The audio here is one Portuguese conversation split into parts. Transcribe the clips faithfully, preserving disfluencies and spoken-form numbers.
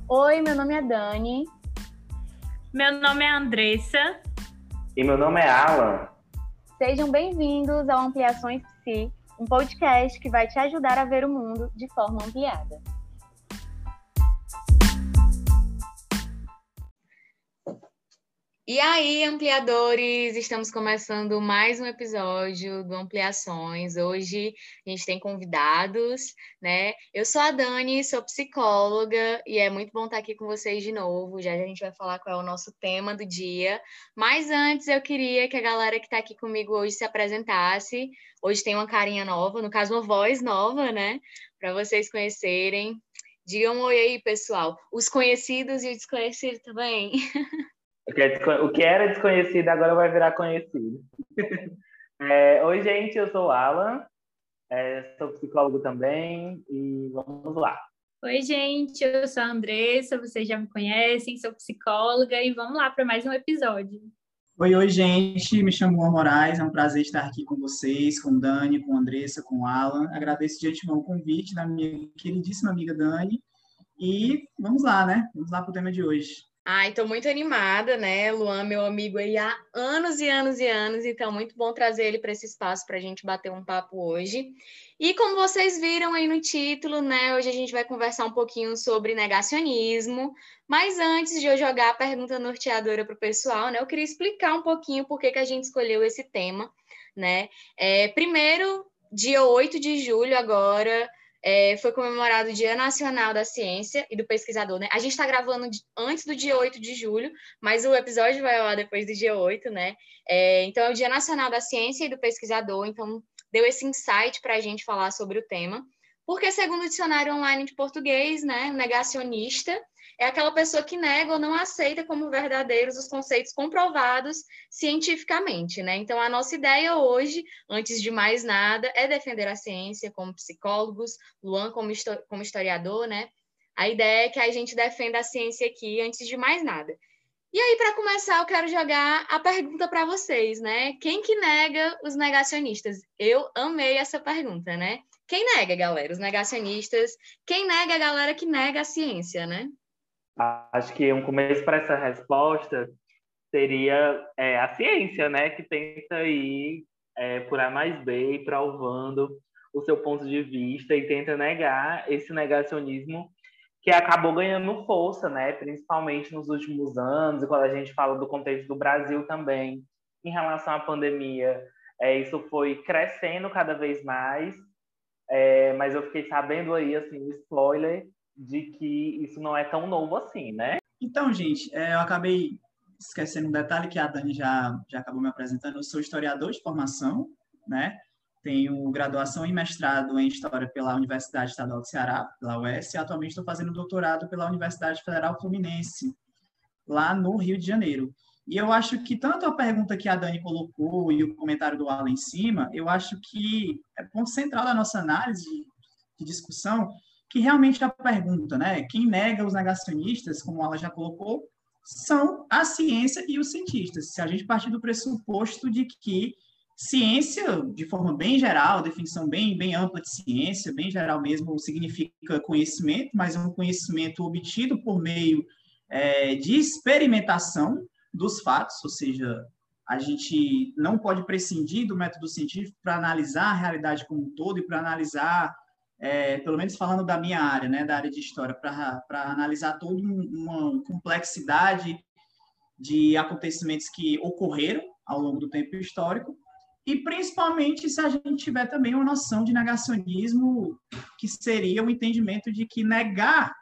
Oi, meu nome é Dani. Meu nome é Andressa. E meu nome é Alan. Sejam bem-vindos ao Ampliações Psi, um podcast que vai te ajudar a ver o mundo de forma ampliada. E aí, ampliadores, estamos começando mais um episódio do Ampliações. Hoje a gente tem convidados, né? Eu sou a Dani, sou psicóloga e é muito bom estar aqui com vocês de novo. Já a gente vai falar qual é o nosso tema do dia. Mas antes eu queria que a galera que está aqui comigo hoje se apresentasse. Hoje tem uma carinha nova, no caso uma voz nova, né? Para vocês conhecerem. Digam um oi aí, pessoal. Os conhecidos e os desconhecidos também. O que era desconhecido agora vai virar conhecido. É, oi, gente, eu sou o Alan, é, sou psicólogo também e vamos lá. Oi, gente, eu sou a Andressa, vocês já me conhecem, sou psicóloga e vamos lá para mais um episódio. Oi, oi, gente, me chamo Juan Moraes, é um prazer estar aqui com vocês, com Dani, com Andressa, com Alan. Agradeço de antemão o convite da minha queridíssima amiga Dani e vamos lá, né? Vamos lá para o tema de hoje. Ai, tô muito animada, né? Luan, meu amigo aí há anos e anos e anos, então muito bom trazer ele para esse espaço para a gente bater um papo hoje. E como vocês viram aí no título, né? Hoje a gente vai conversar um pouquinho sobre negacionismo, mas antes de eu jogar a pergunta norteadora para o pessoal, né? Eu queria explicar um pouquinho por que que a gente escolheu esse tema, né? É, primeiro, dia oito de julho agora... É, foi comemorado o Dia Nacional da Ciência e do Pesquisador, né? A gente está gravando antes do dia oito de julho, mas o episódio vai lá depois do dia oito, né? É, então, é o Dia Nacional da Ciência e do Pesquisador, então deu esse insight para a gente falar sobre o tema. Porque, segundo o dicionário online de português, né, negacionista é aquela pessoa que nega ou não aceita como verdadeiros os conceitos comprovados cientificamente, né? Então, a nossa ideia hoje, antes de mais nada, é defender a ciência como psicólogos, Luan como, como historiador, né? A ideia é que a gente defenda a ciência aqui antes de mais nada. E aí, para começar, eu quero jogar a pergunta para vocês, né? Quem que nega os negacionistas? Eu amei essa pergunta, né? Quem nega, galera? Os negacionistas. Quem nega a galera que nega a ciência, né? Acho que um começo para essa resposta seria é, a ciência, né? Que tenta ir é, por A mais B, provando o seu ponto de vista e tenta negar esse negacionismo que acabou ganhando força, né? Principalmente nos últimos anos, e quando a gente fala do contexto do Brasil também, em relação à pandemia, é, isso foi crescendo cada vez mais, é, mas eu fiquei sabendo aí, assim, um spoiler, de que isso não é tão novo assim, né? Então, gente, é, eu acabei esquecendo um detalhe que a Dani já, já acabou me apresentando. Eu sou historiador de formação, né? Tenho graduação e mestrado em História pela Universidade Estadual do Ceará, pela U E S, e atualmente estou fazendo doutorado pela Universidade Federal Fluminense, lá no Rio de Janeiro. E eu acho que tanto a pergunta que a Dani colocou e o comentário do Alan em cima, eu acho que é ponto central da nossa análise de discussão, que realmente a pergunta, né? Quem nega os negacionistas, como ela já colocou, são a ciência e os cientistas. Se a gente partir do pressuposto de que ciência, de forma bem geral, definição bem, bem ampla de ciência, bem geral mesmo, significa conhecimento, mas é um conhecimento obtido por meio é, de experimentação dos fatos, ou seja, a gente não pode prescindir do método científico para analisar a realidade como um todo e para analisar É, pelo menos falando da minha área, né, da área de história, para analisar toda uma complexidade de acontecimentos que ocorreram ao longo do tempo histórico, e principalmente se a gente tiver também uma noção de negacionismo, que seria o entendimento de que negar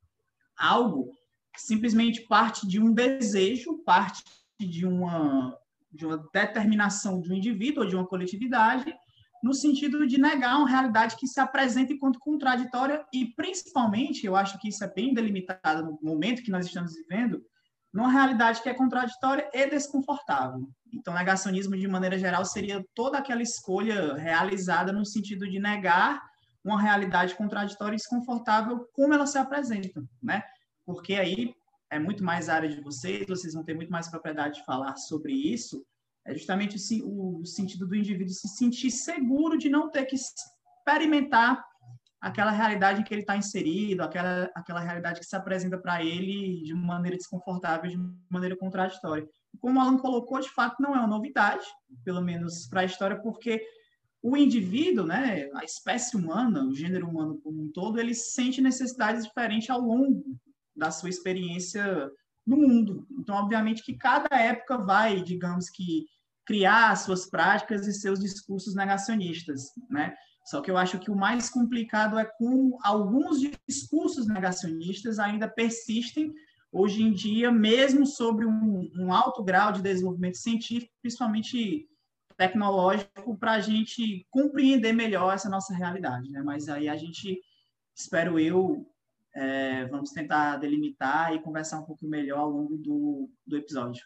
algo simplesmente parte de um desejo, parte de uma, de uma determinação de um indivíduo ou de uma coletividade, no sentido de negar uma realidade que se apresenta enquanto contraditória e, principalmente, eu acho que isso é bem delimitado no momento que nós estamos vivendo, numa realidade que é contraditória e desconfortável. Então, negacionismo, de maneira geral, seria toda aquela escolha realizada no sentido de negar uma realidade contraditória e desconfortável como ela se apresenta, né? Porque aí é muito mais a área de vocês, vocês vão ter muito mais propriedade de falar sobre isso. É justamente o, o sentido do indivíduo se sentir seguro de não ter que experimentar aquela realidade em que ele está inserido, aquela, aquela realidade que se apresenta para ele de maneira desconfortável, de maneira contraditória. Como o Alan colocou, de fato, não é uma novidade, pelo menos para a história, porque o indivíduo, né, a espécie humana, o gênero humano como um todo, ele sente necessidades diferentes ao longo da sua experiência no mundo. Então, obviamente, que cada época vai, digamos que, criar suas práticas e seus discursos negacionistas, né? Só que eu acho que o mais complicado é como alguns discursos negacionistas ainda persistem hoje em dia, mesmo sobre um, um alto grau de desenvolvimento científico, principalmente tecnológico, para a gente compreender melhor essa nossa realidade, né? Mas aí a gente, espero eu, é, vamos tentar delimitar e conversar um pouco melhor ao longo do, do episódio.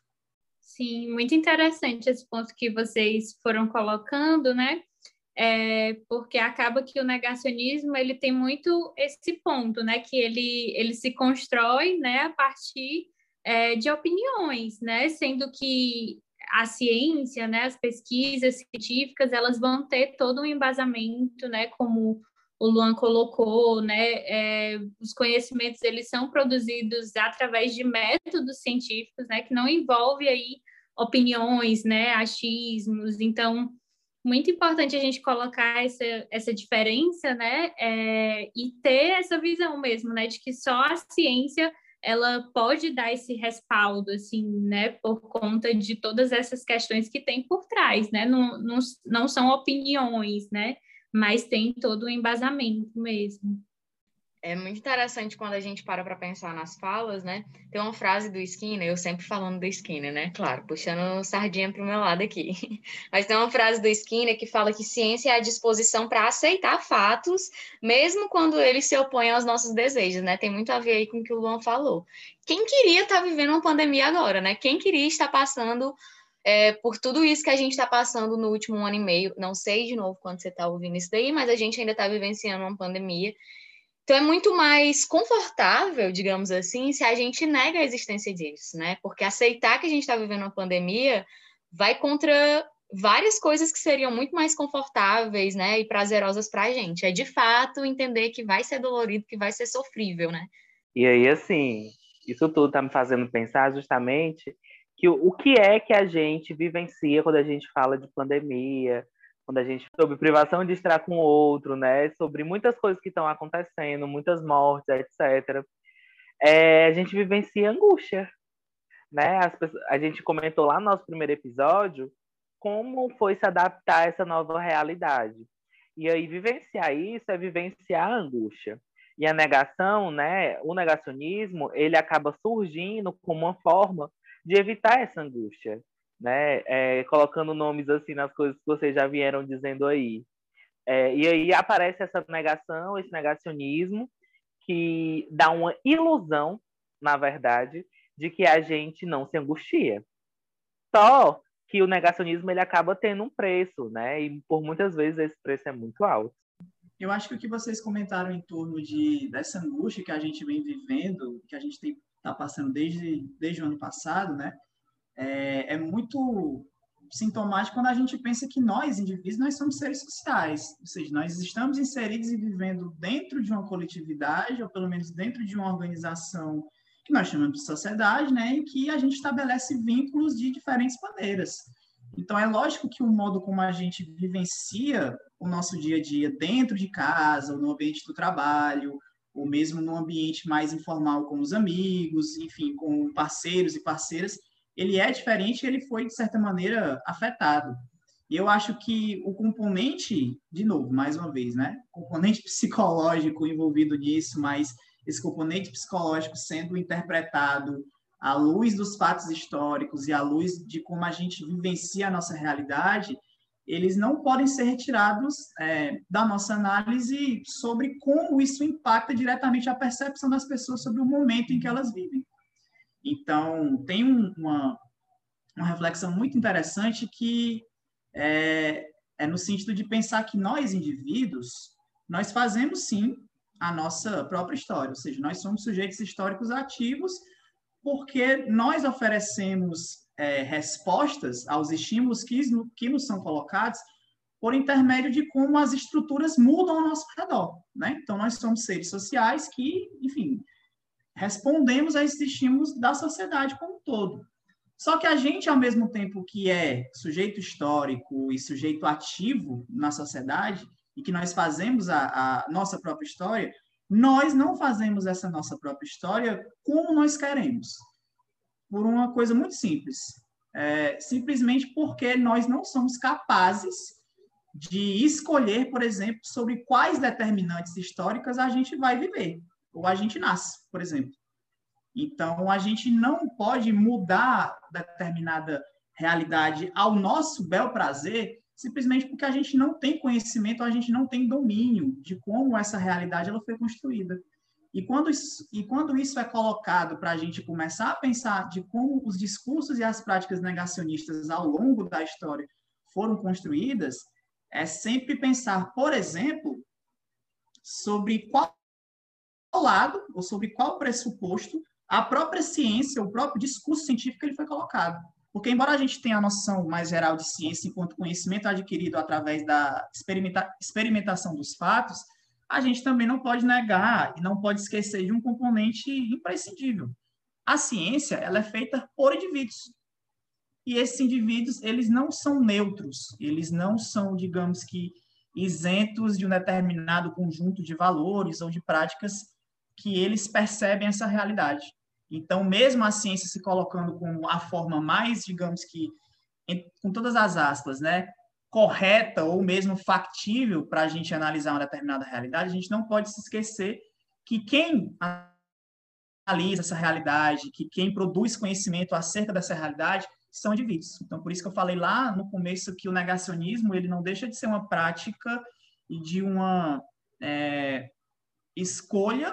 Sim, muito interessante esse ponto que vocês foram colocando, né? É, porque acaba que o negacionismo ele tem muito esse ponto, né? Que ele, ele se constrói, né, a partir é, de opiniões, né? Sendo que a ciência, né, as pesquisas científicas, elas vão ter todo um embasamento, né? Como o Luan colocou, né? É, os conhecimentos eles são produzidos através de métodos científicos, né? Que não envolve aí opiniões, né? Achismos. Então, muito importante a gente colocar essa, essa diferença, né? É, e ter essa visão mesmo, né? De que só a ciência ela pode dar esse respaldo, assim, né? Por conta de todas essas questões que tem por trás, né? Não, não, não são opiniões, né? Mas tem todo o embasamento mesmo. É muito interessante quando a gente para para pensar nas falas, né? Tem uma frase do Skinner, eu sempre falando do Skinner, né? Claro, puxando sardinha para o meu lado aqui. Mas tem uma frase do Skinner que fala que ciência é a disposição para aceitar fatos, mesmo quando eles se opõem aos nossos desejos, né? Tem muito a ver aí com o que o Luan falou. Quem queria estar vivendo uma pandemia agora, né? Quem queria estar passando é, por tudo isso que a gente está passando no último ano e meio? Não sei, de novo, quando você está ouvindo isso daí, mas a gente ainda está vivenciando uma pandemia. Então, é muito mais confortável, digamos assim, se a gente nega a existência disso, né? Porque aceitar que a gente está vivendo uma pandemia vai contra várias coisas que seriam muito mais confortáveis, né? E prazerosas para a gente. É, de fato, entender que vai ser dolorido, que vai ser sofrível, né? E aí, assim, isso tudo está me fazendo pensar justamente que o, o que é que a gente vivencia quando a gente fala de pandemia, quando a gente sobre privação de estar com o outro, né, sobre muitas coisas que estão acontecendo, muitas mortes, etcétera. É, a gente vivencia angústia, né? As pessoas, a gente comentou lá no nosso primeiro episódio como foi se adaptar a essa nova realidade. E aí vivenciar isso é vivenciar a angústia. E a negação, né, o negacionismo, ele acaba surgindo como uma forma de evitar essa angústia, né? É, colocando nomes assim nas coisas que vocês já vieram dizendo aí. É, e aí aparece essa negação, esse negacionismo, que dá uma ilusão, na verdade, de que a gente não se angustia. Só que o negacionismo ele acaba tendo um preço, né? E por muitas vezes esse preço é muito alto. Eu acho que o que vocês comentaram em torno de, dessa angústia que a gente vem vivendo, que a gente está passando desde, desde o ano passado, né? É, é muito sintomático quando a gente pensa que nós, indivíduos, nós somos seres sociais, ou seja, nós estamos inseridos e vivendo dentro de uma coletividade, ou pelo menos dentro de uma organização que nós chamamos de sociedade, né, em que a gente estabelece vínculos de diferentes maneiras. Então, é lógico que o modo como a gente vivencia o nosso dia a dia dentro de casa, ou no ambiente do trabalho, ou mesmo no ambiente mais informal com os amigos, enfim, com parceiros e parceiras, ele é diferente, ele foi, de certa maneira, afetado. E eu acho que o componente, de novo, mais uma vez, né? O componente psicológico envolvido nisso, mas esse componente psicológico sendo interpretado à luz dos fatos históricos e à luz de como a gente vivencia a nossa realidade, eles não podem ser retirados é, da nossa análise sobre como isso impacta diretamente a percepção das pessoas sobre o momento em que elas vivem. Então, tem um, uma, uma reflexão muito interessante que é, é no sentido de pensar que nós, indivíduos, nós fazemos, sim, a nossa própria história, ou seja, nós somos sujeitos históricos ativos porque nós oferecemos é, respostas aos estímulos que, que nos são colocados por intermédio de como as estruturas mudam ao nosso redor, né? Então, nós somos seres sociais que, enfim, respondemos a esses estímulos da sociedade como um todo. Só que a gente, ao mesmo tempo que é sujeito histórico e sujeito ativo na sociedade, e que nós fazemos a, a nossa própria história, nós não fazemos essa nossa própria história como nós queremos. Por uma coisa muito simples. É, simplesmente porque nós não somos capazes de escolher, por exemplo, sobre quais determinantes históricas a gente vai viver, ou a gente nasce, por exemplo. Então, a gente não pode mudar determinada realidade ao nosso bel prazer, simplesmente porque a gente não tem conhecimento, a gente não tem domínio de como essa realidade ela foi construída. E quando isso, e quando isso é colocado para a gente começar a pensar de como os discursos e as práticas negacionistas ao longo da história foram construídas, é sempre pensar, por exemplo, sobre qual lado ou sobre qual pressuposto a própria ciência, o próprio discurso científico ele foi colocado. Porque, embora a gente tenha a noção mais geral de ciência enquanto conhecimento adquirido através da experimenta experimentação dos fatos, a gente também não pode negar e não pode esquecer de um componente imprescindível. A ciência ela é feita por indivíduos. E esses indivíduos, eles não são neutros, eles não são, digamos que, isentos de um determinado conjunto de valores ou de práticas que eles percebem essa realidade. Então, mesmo a ciência se colocando como a forma mais, digamos que, com todas as aspas, né, correta ou mesmo factível para a gente analisar uma determinada realidade, a gente não pode se esquecer que quem analisa essa realidade, que quem produz conhecimento acerca dessa realidade, são indivíduos. Então, por isso que eu falei lá no começo que o negacionismo ele não deixa de ser uma prática e de uma é, escolha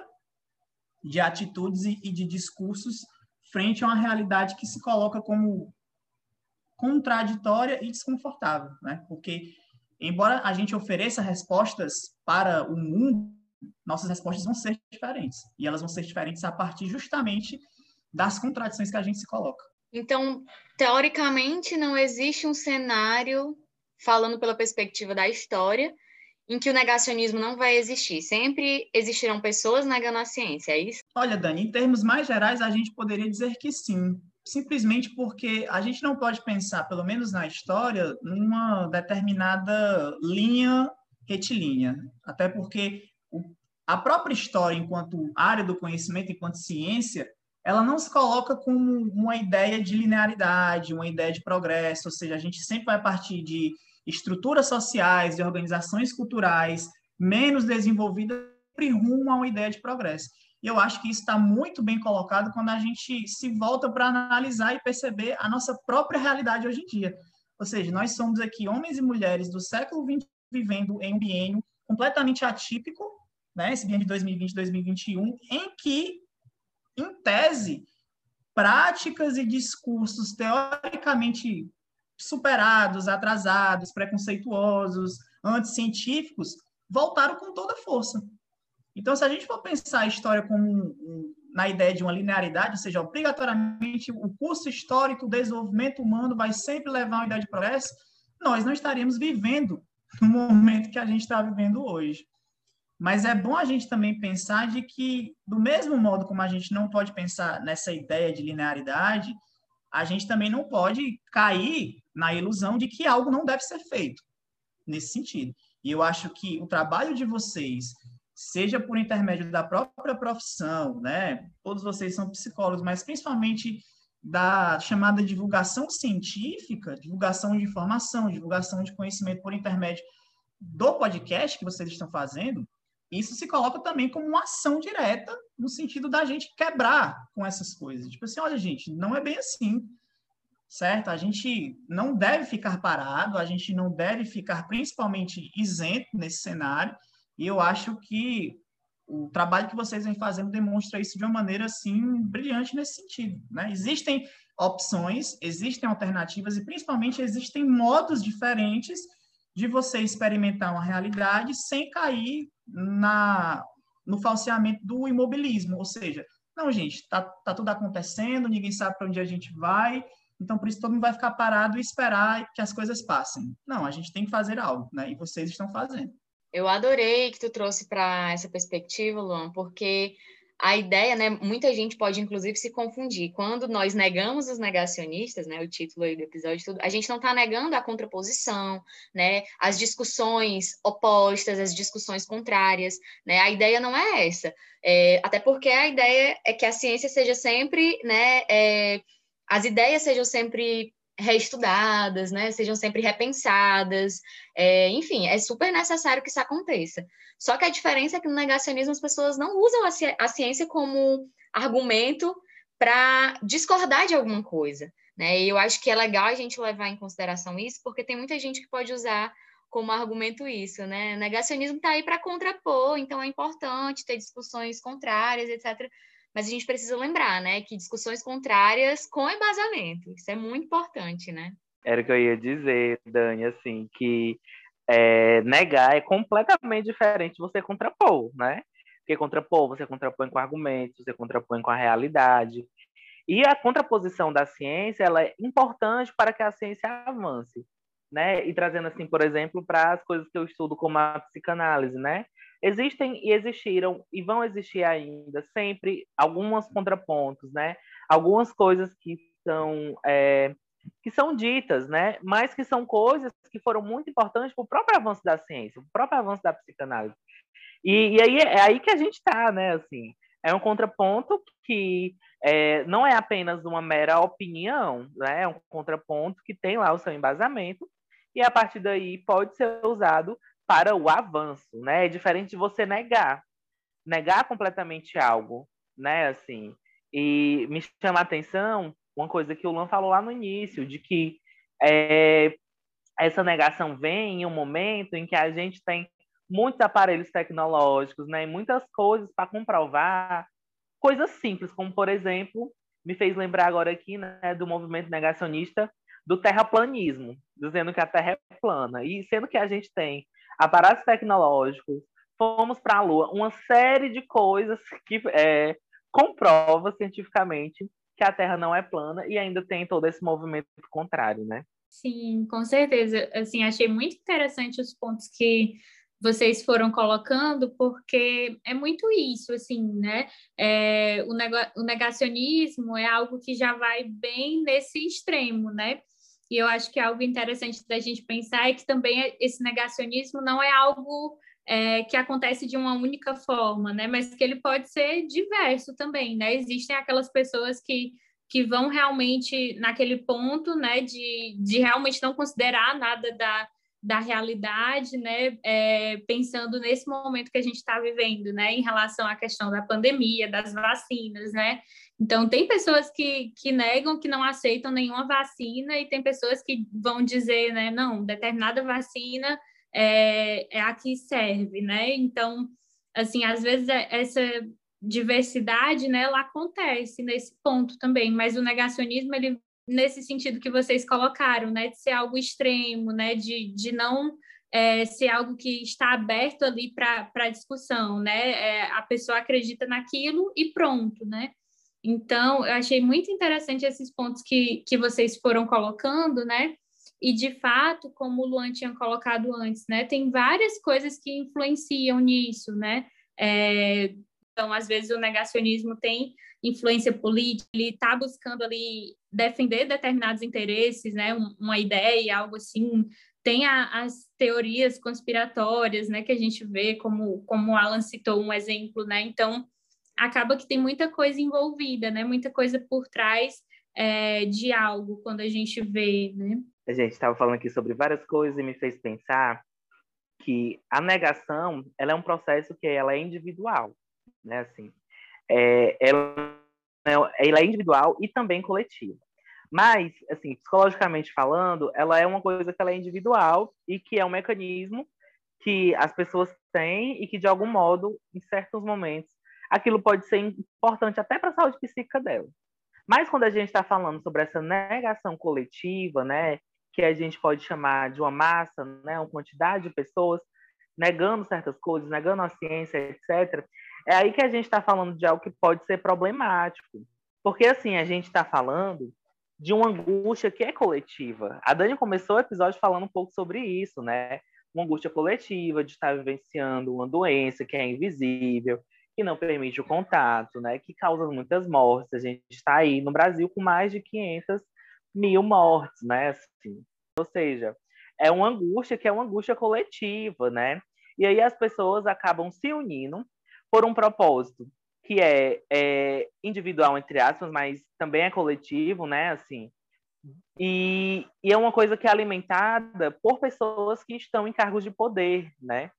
de atitudes e, e de discursos frente a uma realidade que se coloca como contraditória e desconfortável, né? Porque, embora a gente ofereça respostas para o mundo, nossas respostas vão ser diferentes. E elas vão ser diferentes a partir justamente das contradições que a gente se coloca. Então, teoricamente, não existe um cenário, falando pela perspectiva da história, em que o negacionismo não vai existir. Sempre existirão pessoas negando a ciência, é isso? Olha, Dani, em termos mais gerais, a gente poderia dizer que sim. Simplesmente porque a gente não pode pensar, pelo menos na história, numa determinada linha retilínea. Até porque a própria história, enquanto área do conhecimento, enquanto ciência, ela não se coloca como uma ideia de linearidade, uma ideia de progresso, ou seja, a gente sempre vai partir de estruturas sociais, de organizações culturais menos desenvolvidas, sempre rumo a uma ideia de progresso. E eu acho que isso está muito bem colocado quando a gente se volta para analisar e perceber a nossa própria realidade hoje em dia. Ou seja, nós somos aqui homens e mulheres do século vinte vivendo em um biênio completamente atípico, né? Esse biênio de dois mil e vinte, dois mil e vinte e um, em que, em tese, práticas e discursos teoricamente superados, atrasados, preconceituosos, anticientíficos, voltaram com toda a força. Então, se a gente for pensar a história como um, um, na ideia de uma linearidade, ou seja, obrigatoriamente o curso histórico, o desenvolvimento humano vai sempre levar a uma ideia de progresso, nós não estaríamos vivendo no momento que a gente está vivendo hoje. Mas é bom a gente também pensar de que, do mesmo modo como a gente não pode pensar nessa ideia de linearidade, a gente também não pode cair na ilusão de que algo não deve ser feito nesse sentido. E eu acho que o trabalho de vocês, seja por intermédio da própria profissão, né? Todos vocês são psicólogos, mas principalmente da chamada divulgação científica, divulgação de informação, divulgação de conhecimento por intermédio do podcast que vocês estão fazendo, isso se coloca também como uma ação direta no sentido da gente quebrar com essas coisas. Tipo assim, olha, gente, não é bem assim, certo? A gente não deve ficar parado, a gente não deve ficar principalmente isento nesse cenário, e eu acho que o trabalho que vocês vêm fazendo demonstra isso de uma maneira, assim, brilhante nesse sentido, né? Existem opções, existem alternativas e, principalmente, existem modos diferentes de você experimentar uma realidade sem cair na, no falseamento do imobilismo. Ou seja, não, gente, tá, tá tudo acontecendo, ninguém sabe para onde a gente vai, Então, por isso, todo mundo vai ficar parado e esperar que as coisas passem. Não, a gente tem que fazer algo, né? E vocês estão fazendo. Eu adorei que tu trouxe para essa perspectiva, Luan, porque a ideia, né, muita gente pode, inclusive, se confundir. Quando nós negamos os negacionistas, né, o título aí do episódio, tudo, a gente não está negando a contraposição, né, as discussões opostas, as discussões contrárias, né, a ideia não é essa. É, até porque a ideia é que a ciência seja sempre, né, é, as ideias sejam sempre reestudadas, né, sejam sempre repensadas, é, enfim, é super necessário que isso aconteça. Só que a diferença é que no negacionismo as pessoas não usam a, ci a ciência como argumento para discordar de alguma coisa, né, e eu acho que é legal a gente levar em consideração isso, porque tem muita gente que pode usar como argumento isso, né, o negacionismo está aí para contrapor, então é importante ter discussões contrárias, etcétera, mas a gente precisa lembrar, né, que discussões contrárias com embasamento, isso é muito importante, né? Era o que eu ia dizer, Dani, assim, que é, negar é completamente diferente de você contrapor, né? Porque contrapor, você contrapõe com argumentos, você contrapõe com a realidade. E a contraposição da ciência, ela é importante para que a ciência avance, né? E trazendo, assim, por exemplo, para as coisas que eu estudo como a psicanálise, né? Existem e existiram e vão existir ainda sempre alguns contrapontos, né? Algumas coisas que são é, que são ditas, né? Mas que são coisas que foram muito importantes para o próprio avanço da ciência, o próprio avanço da psicanálise. E, e aí é aí que a gente está, né? Assim, é um contraponto que é, não é apenas uma mera opinião, né? É um contraponto que tem lá o seu embasamento e a partir daí pode ser usado para o avanço, né? É diferente de você negar, negar completamente algo, né? Assim, e me chama a atenção uma coisa que o Luan falou lá no início, de que é, essa negação vem em um momento em que a gente tem muitos aparelhos tecnológicos, né? E muitas coisas para comprovar coisas simples, como, por exemplo, me fez lembrar agora aqui, né, do movimento negacionista do terraplanismo, dizendo que a Terra é plana. E sendo que a gente tem aparatos tecnológicos, fomos para a Lua, uma série de coisas que é, comprova cientificamente que a Terra não é plana e ainda tem todo esse movimento contrário, né? Sim, com certeza. Assim, achei muito interessante os pontos que vocês foram colocando, porque é muito isso, assim, né? É, o, nego o negacionismo é algo que já vai bem nesse extremo, né? E eu acho que algo interessante da gente pensar é que também esse negacionismo não é algo é, que acontece de uma única forma, né? Mas que ele pode ser diverso também, né? Existem aquelas pessoas que, que vão realmente naquele ponto, né? De, de realmente não considerar nada da, da realidade, né? É, pensando nesse momento que a gente está vivendo, né? Em relação à questão da pandemia, das vacinas, né? Então, tem pessoas que, que negam, que não aceitam nenhuma vacina, e tem pessoas que vão dizer, né, não, determinada vacina é, é a que serve, né? Então, assim, às vezes essa diversidade, né, ela acontece nesse ponto também, mas o negacionismo, ele, nesse sentido que vocês colocaram, né, de ser algo extremo, né, de, de não é, ser algo que está aberto ali para a discussão, né? É, a pessoa acredita naquilo e pronto, né? Então, eu achei muito interessante esses pontos que, que vocês foram colocando, né? E, de fato, como o Luan tinha colocado antes, né? Tem várias coisas que influenciam nisso, né? É, então, às vezes, o negacionismo tem influência política, ele está buscando ali defender determinados interesses, né? Uma ideia, algo assim. Tem a, as teorias conspiratórias, né? Que a gente vê, como, como o Alan citou um exemplo, né? Então, acaba que tem muita coisa envolvida, né? Muita coisa por trás é, de algo quando a gente vê, né? A gente estava falando aqui sobre várias coisas e me fez pensar que a negação, ela é um processo que ela é individual, né? Assim, é, ela, ela é individual e também coletiva. Mas, assim, psicologicamente falando, ela é uma coisa que ela é individual e que é um mecanismo que as pessoas têm e que, de algum modo, em certos momentos, aquilo pode ser importante até para a saúde psíquica dela. Mas quando a gente está falando sobre essa negação coletiva, né, que a gente pode chamar de uma massa, né, uma quantidade de pessoas negando certas coisas, negando a ciência, etcétera, é aí que a gente está falando de algo que pode ser problemático. Porque, assim, a gente está falando de uma angústia que é coletiva. A Dani começou o episódio falando um pouco sobre isso, né? Uma angústia coletiva de estar vivenciando uma doença que é invisível, que não permite o contato, né? Que causa muitas mortes. A gente está aí no Brasil com mais de quinhentas mil mortes, né? Assim, ou seja, é uma angústia que é uma angústia coletiva, né? E aí as pessoas acabam se unindo por um propósito que é, é individual, entre aspas, mas também é coletivo, né? Assim, e, e é uma coisa que é alimentada por pessoas que estão em cargos de poder, né?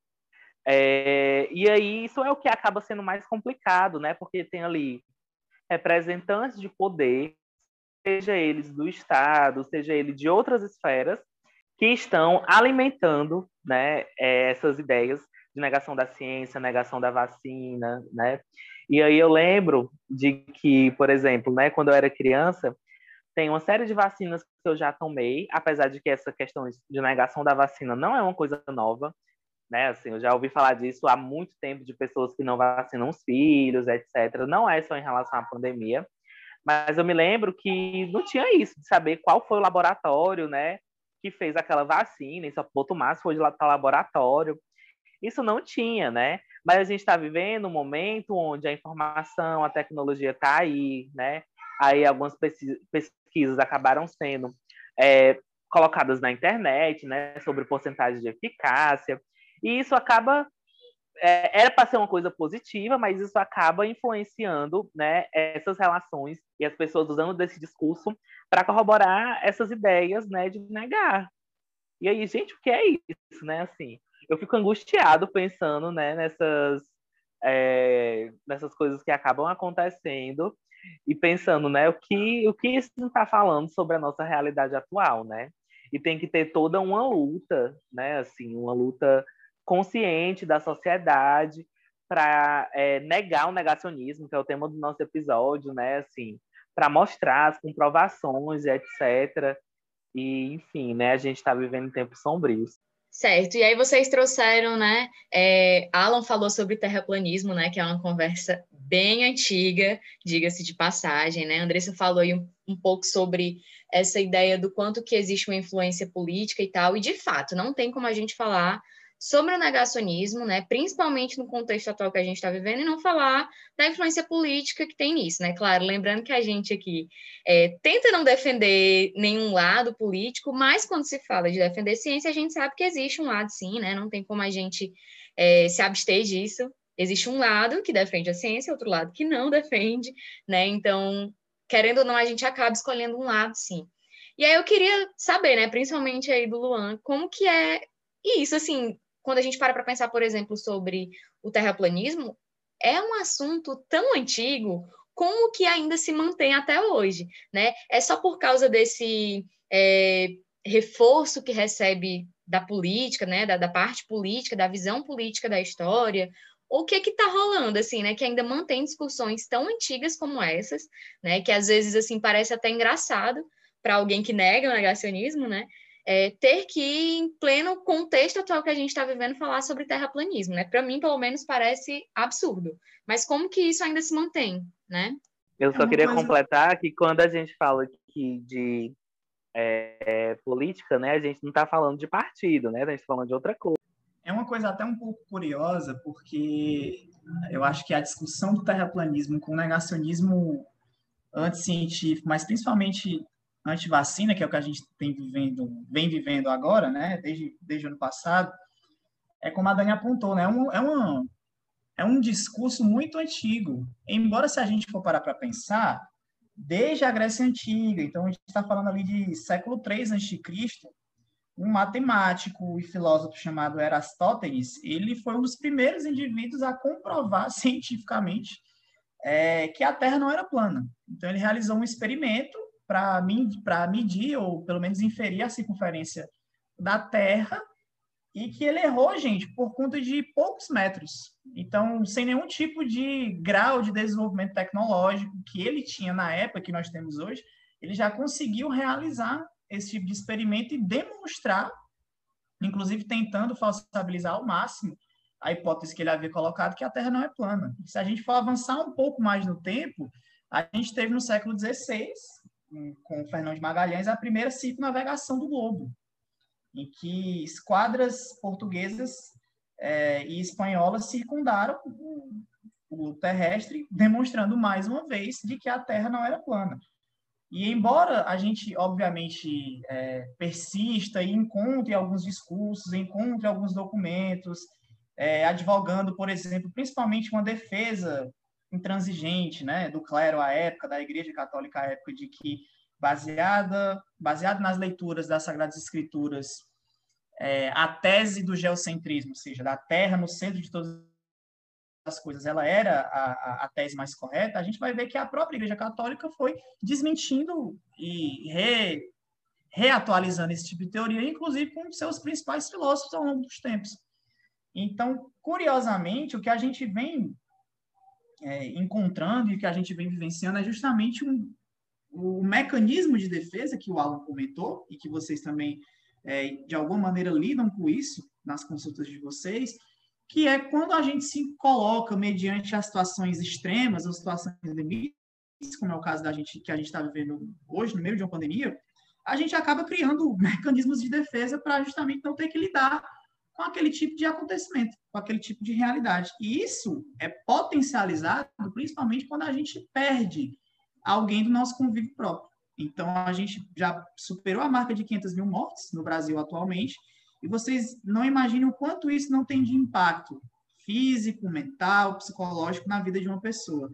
É, e aí isso é o que acaba sendo mais complicado, né? Porque tem ali representantes de poder, seja eles do Estado, seja ele de outras esferas, que estão alimentando, né, essas ideias de negação da ciência, negação da vacina, né? E aí eu lembro de que, por exemplo, né, quando eu era criança, tem uma série de vacinas que eu já tomei, apesar de que essa questão de negação da vacina não é uma coisa nova, né? Assim, eu já ouvi falar disso há muito tempo de pessoas que não vacinam os filhos, etcétera. Não é só em relação à pandemia, mas eu me lembro que não tinha isso, de saber qual foi o laboratório, né, que fez aquela vacina, e só botou mais foi de laboratório. Isso não tinha, né? Mas a gente está vivendo um momento onde a informação, a tecnologia está aí, né? Aí algumas pesquisas acabaram sendo é, colocadas na internet, né? Sobre porcentagem de eficácia. E isso acaba... É, era para ser uma coisa positiva, mas isso acaba influenciando, né, essas relações e as pessoas usando desse discurso para corroborar essas ideias, né, de negar. E aí, gente, o que é isso, né? Assim, eu fico angustiado pensando, né, nessas, é, nessas coisas que acabam acontecendo e pensando, né, o que, o que isso está falando sobre a nossa realidade atual, né? E tem que ter toda uma luta, né, assim, uma luta consciente da sociedade para é, negar o negacionismo, que é o tema do nosso episódio, né, assim, para mostrar as comprovações, etcétera. E, enfim, né, a gente está vivendo em tempos sombrios. Certo, e aí vocês trouxeram, né, é, Alan falou sobre terraplanismo, né, que é uma conversa bem antiga, diga-se de passagem, né, Andressa falou aí um, um pouco sobre essa ideia do quanto que existe uma influência política e tal, e de fato, não tem como a gente falar sobre o negacionismo, né, principalmente no contexto atual que a gente está vivendo, e não falar da influência política que tem nisso, né, claro, lembrando que a gente aqui é, tenta não defender nenhum lado político, mas quando se fala de defender ciência, a gente sabe que existe um lado sim, né, não tem como a gente é, se abster disso, existe um lado que defende a ciência, outro lado que não defende, né, então, querendo ou não, a gente acaba escolhendo um lado sim. E aí eu queria saber, né, principalmente aí do Luan, como que é isso, assim, quando a gente para para pensar, por exemplo, sobre o terraplanismo, é um assunto tão antigo, como que ainda se mantém até hoje, né? É só por causa desse é, reforço que recebe da política, né? Da, da parte política, da visão política da história, ou o que que está rolando, assim, né? Que ainda mantém discussões tão antigas como essas, né? Que às vezes, assim, parece até engraçado para alguém que nega o negacionismo, né? É, ter que, em pleno contexto atual que a gente está vivendo, falar sobre terraplanismo, né? Para mim, pelo menos, parece absurdo. Mas como que isso ainda se mantém, né? Eu só é queria coisa... completar que quando a gente fala aqui de é, política, né, a gente não está falando de partido, né? A gente está falando de outra coisa. É uma coisa até um pouco curiosa, porque eu acho que a discussão do terraplanismo com o negacionismo anticientífico, mas principalmente antivacina, que é o que a gente tem vivendo, vem vivendo agora, né, desde, desde o ano passado, é como a Dani apontou, né, é, um, é, uma, é um discurso muito antigo. Embora, se a gente for parar para pensar, desde a Grécia Antiga, então a gente está falando ali de século três antes de Cristo, um matemático e filósofo chamado Erastótenes, ele foi um dos primeiros indivíduos a comprovar cientificamente é, que a Terra não era plana. Então, ele realizou um experimento para medir, ou pelo menos inferir a circunferência da Terra, e que ele errou, gente, por conta de poucos metros. Então, sem nenhum tipo de grau de desenvolvimento tecnológico que ele tinha na época, que nós temos hoje, ele já conseguiu realizar esse tipo de experimento e demonstrar, inclusive tentando falsibilizar ao máximo a hipótese que ele havia colocado, que a Terra não é plana. Se a gente for avançar um pouco mais no tempo, a gente teve no século dezesseis com Fernão de Magalhães, a primeira circunnavegação do globo, em que esquadras portuguesas é, e espanholas circundaram o, o terrestre, demonstrando mais uma vez de que a Terra não era plana. E embora a gente, obviamente, é, persista e encontre alguns discursos, encontre alguns documentos, é, advogando, por exemplo, principalmente uma defesa intransigente, né, do clero à época, da Igreja Católica à época, de que, baseada, baseado nas leituras das Sagradas Escrituras, é, a tese do geocentrismo, ou seja, da Terra no centro de todas as coisas, ela era a, a, a tese mais correta, a gente vai ver que a própria Igreja Católica foi desmentindo e re, reatualizando esse tipo de teoria, inclusive com seus principais filósofos ao longo dos tempos. Então, curiosamente, o que a gente vem É, encontrando e que a gente vem vivenciando é justamente um, o mecanismo de defesa que o Alan comentou e que vocês também, é, de alguma maneira, lidam com isso nas consultas de vocês, que é quando a gente se coloca mediante as situações extremas ou situações limites, como é o caso da gente, que a gente está vivendo hoje, no meio de uma pandemia, a gente acaba criando mecanismos de defesa para justamente não ter que lidar com aquele tipo de acontecimento, com aquele tipo de realidade. E isso é potencializado principalmente quando a gente perde alguém do nosso convívio próprio. Então, a gente já superou a marca de quinhentas mil mortes no Brasil atualmente, e vocês não imaginam o quanto isso não tem de impacto físico, mental, psicológico na vida de uma pessoa.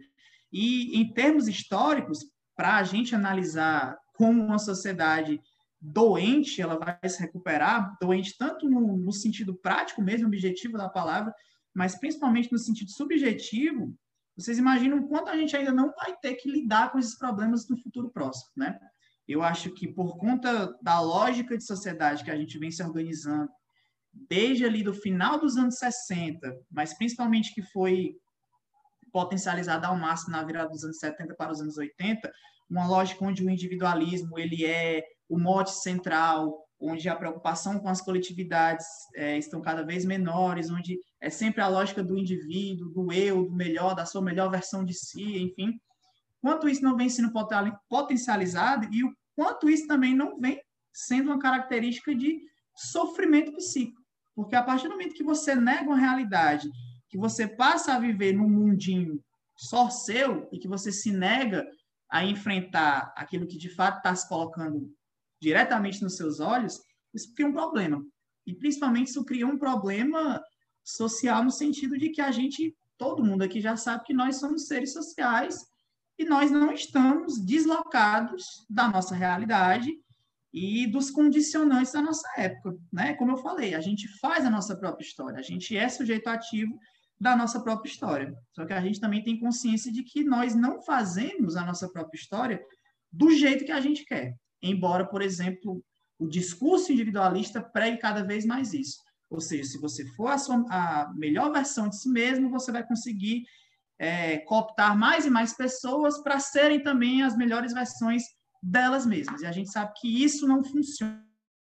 E, em termos históricos, para a gente analisar como uma sociedade doente, ela vai se recuperar, doente tanto no, no sentido prático mesmo, objetivo da palavra, mas principalmente no sentido subjetivo, vocês imaginam o quanto a gente ainda não vai ter que lidar com esses problemas no futuro próximo, né? Eu acho que por conta da lógica de sociedade que a gente vem se organizando desde ali do final dos anos sessenta, mas principalmente que foi potencializada ao máximo na virada dos anos setenta para os anos oitenta, uma lógica onde o individualismo ele é o mote central, onde a preocupação com as coletividades é, estão cada vez menores, onde é sempre a lógica do indivíduo, do eu, do melhor, da sua melhor versão de si, enfim. Quanto isso não vem sendo potencializado e o quanto isso também não vem sendo uma característica de sofrimento psíquico. Porque a partir do momento que você nega uma realidade, que você passa a viver num mundinho só seu e que você se nega a enfrentar aquilo que de fato está se colocando diretamente nos seus olhos, isso cria um problema. E principalmente isso cria um problema social no sentido de que a gente, todo mundo aqui já sabe que nós somos seres sociais e nós não estamos deslocados da nossa realidade e dos condicionantes da nossa época, né? Como eu falei, a gente faz a nossa própria história, a gente é sujeito ativo da nossa própria história. Só que a gente também tem consciência de que nós não fazemos a nossa própria história do jeito que a gente quer. Embora, por exemplo, o discurso individualista pregue cada vez mais isso. Ou seja, se você for a, sua, a melhor versão de si mesmo, você vai conseguir é, cooptar mais e mais pessoas para serem também as melhores versões delas mesmas. E a gente sabe que isso não funciona.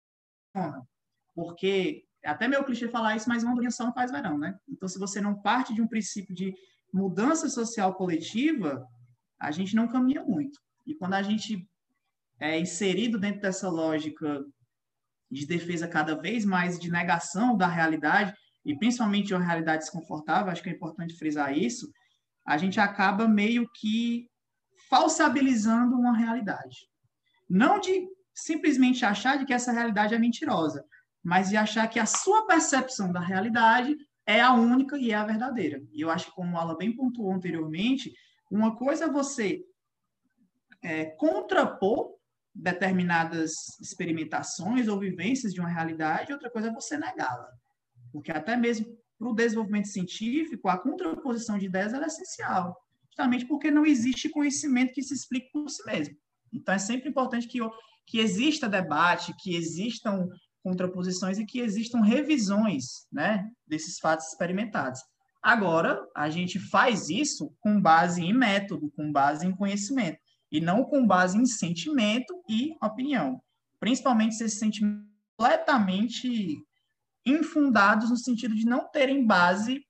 Porque, é até meio clichê falar isso, mas uma doença não faz verão, né? Então, se você não parte de um princípio de mudança social coletiva, a gente não caminha muito. E quando a gente é inserido dentro dessa lógica de defesa cada vez mais de negação da realidade, e principalmente de uma realidade desconfortável, acho que é importante frisar isso, a gente acaba meio que falsabilizando uma realidade. Não de simplesmente achar de que essa realidade é mentirosa, mas de achar que a sua percepção da realidade é a única e é a verdadeira. E eu acho que, como o Alan bem pontuou anteriormente, uma coisa é você é, contrapor determinadas experimentações ou vivências de uma realidade, outra coisa é você negá-la. Porque até mesmo para o desenvolvimento científico, a contraposição de ideias é essencial, justamente porque não existe conhecimento que se explique por si mesmo. Então, é sempre importante que, que exista debate, que existam contraposições e que existam revisões, né, desses fatos experimentados. Agora, a gente faz isso com base em método, com base em conhecimento, e não com base em sentimento e opinião. Principalmente se esses sentimentos completamente infundados no sentido de não terem base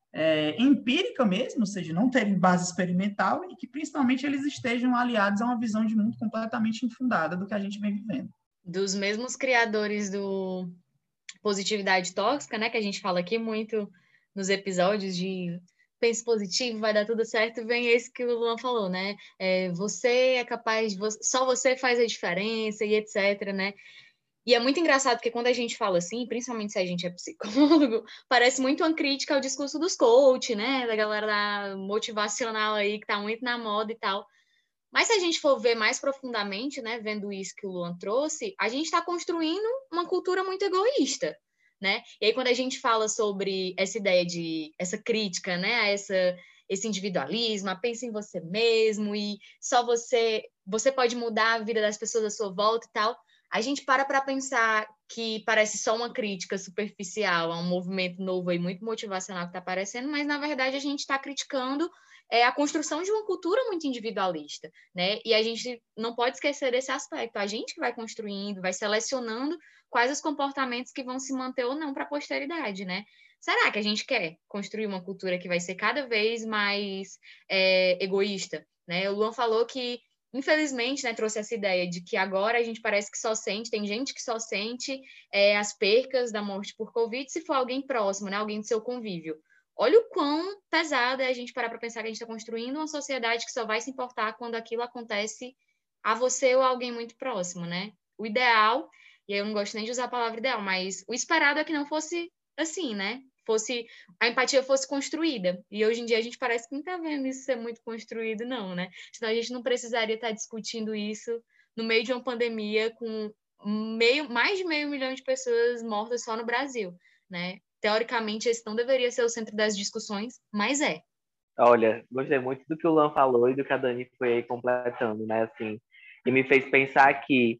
é, empírica mesmo, ou seja, não terem base experimental e que, principalmente, eles estejam aliados a uma visão de mundo completamente infundada do que a gente vem vivendo. Dos mesmos criadores do Positividade Tóxica, né, que a gente fala aqui muito nos episódios de pense positivo, vai dar tudo certo, vem esse que o Luan falou, né? É, você é capaz, de, só você faz a diferença e etc, né? E é muito engraçado porque quando a gente fala assim, principalmente se a gente é psicólogo, parece muito uma crítica ao discurso dos coach, né? Da galera da motivacional aí, que tá muito na moda e tal. Mas se a gente for ver mais profundamente, né, vendo isso que o Luan trouxe, a gente está construindo uma cultura muito egoísta, né? E aí quando a gente fala sobre essa ideia de, essa crítica, né, a essa, esse individualismo, a pensa em você mesmo e só você, você pode mudar a vida das pessoas à sua volta e tal, a gente para para pensar que parece só uma crítica superficial a um movimento novo e muito motivacional que está aparecendo, mas na verdade a gente está criticando é a construção de uma cultura muito individualista, né? E a gente não pode esquecer desse aspecto. A gente que vai construindo, vai selecionando quais os comportamentos que vão se manter ou não para a posteridade, né? Será que a gente quer construir uma cultura que vai ser cada vez mais é, egoísta, né? O Luan falou que, infelizmente, né, trouxe essa ideia de que agora a gente parece que só sente, tem gente que só sente é, as percas da morte por Covid se for alguém próximo, né? Alguém do seu convívio. Olha o quão pesado é a gente parar para pensar que a gente está construindo uma sociedade que só vai se importar quando aquilo acontece a você ou a alguém muito próximo, né? O ideal, e eu não gosto nem de usar a palavra ideal, mas o esperado é que não fosse assim, né? Fosse, a empatia fosse construída. E hoje em dia a gente parece que não está vendo isso ser muito construído, não, né? Senão a gente não precisaria estar discutindo isso no meio de uma pandemia com meio, mais de meio milhão de pessoas mortas só no Brasil, né? Teoricamente, esse não deveria ser o centro das discussões, mas é. Olha, gostei muito do que o Luan falou e do que a Dani foi completando, né? Assim, e me fez pensar que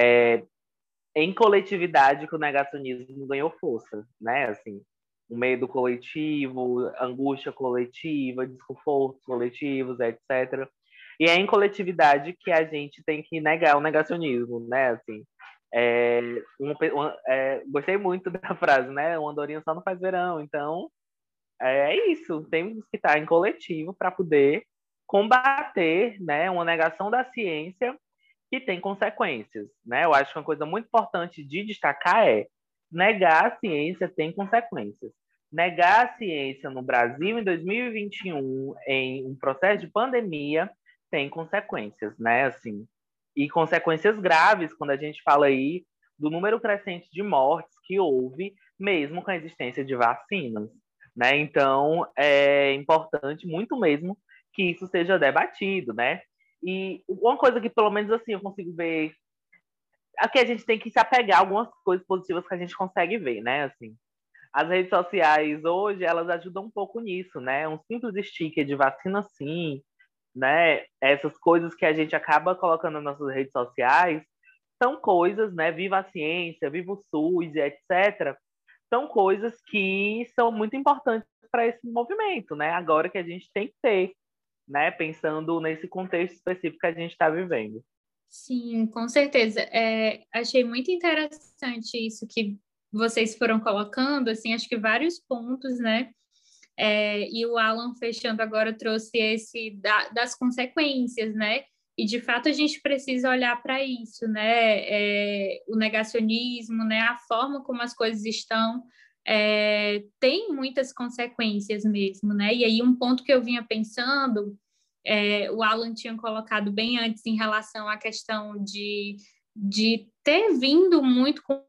é em coletividade que o negacionismo ganhou força, né? Assim, o medo coletivo, angústia coletiva, desconfortos coletivos, etcétera. E é em coletividade que a gente tem que negar o negacionismo, né? Assim, é, uma, uma, é, gostei muito da frase, né? Uma andorinha só não faz verão. Então, é isso. Temos que estar em coletivo para poder combater, né, uma negação da ciência que tem consequências, né? Eu acho que uma coisa muito importante de destacar é negar a ciência tem consequências. Negar a ciência no Brasil em dois mil e vinte e um, em um processo de pandemia, tem consequências, né? Assim, e consequências graves quando a gente fala aí do número crescente de mortes que houve, mesmo com a existência de vacinas, né? Então, é importante muito mesmo que isso seja debatido, né? E uma coisa que, pelo menos assim, eu consigo ver... Aqui a gente tem que se apegar a algumas coisas positivas que a gente consegue ver, né? Assim, as redes sociais hoje, elas ajudam um pouco nisso, né? Um simples sticker de vacina sim, né? Essas coisas que a gente acaba colocando nas nossas redes sociais são coisas, né? Viva a ciência, viva o SUS, etcétera. São coisas que são muito importantes para esse movimento, né? Agora que a gente tem que ter, né? Pensando nesse contexto específico que a gente está vivendo. Sim, com certeza. É, achei muito interessante isso que vocês foram colocando, assim, acho que vários pontos, né? É, e o Alan, fechando agora, trouxe esse da, das consequências, né? E, de fato, a gente precisa olhar para isso, né? É, o negacionismo, né? A forma como as coisas estão, é, tem muitas consequências mesmo, né? E aí, um ponto que eu vinha pensando, é, o Alan tinha colocado bem antes em relação à questão de, de ter vindo muito com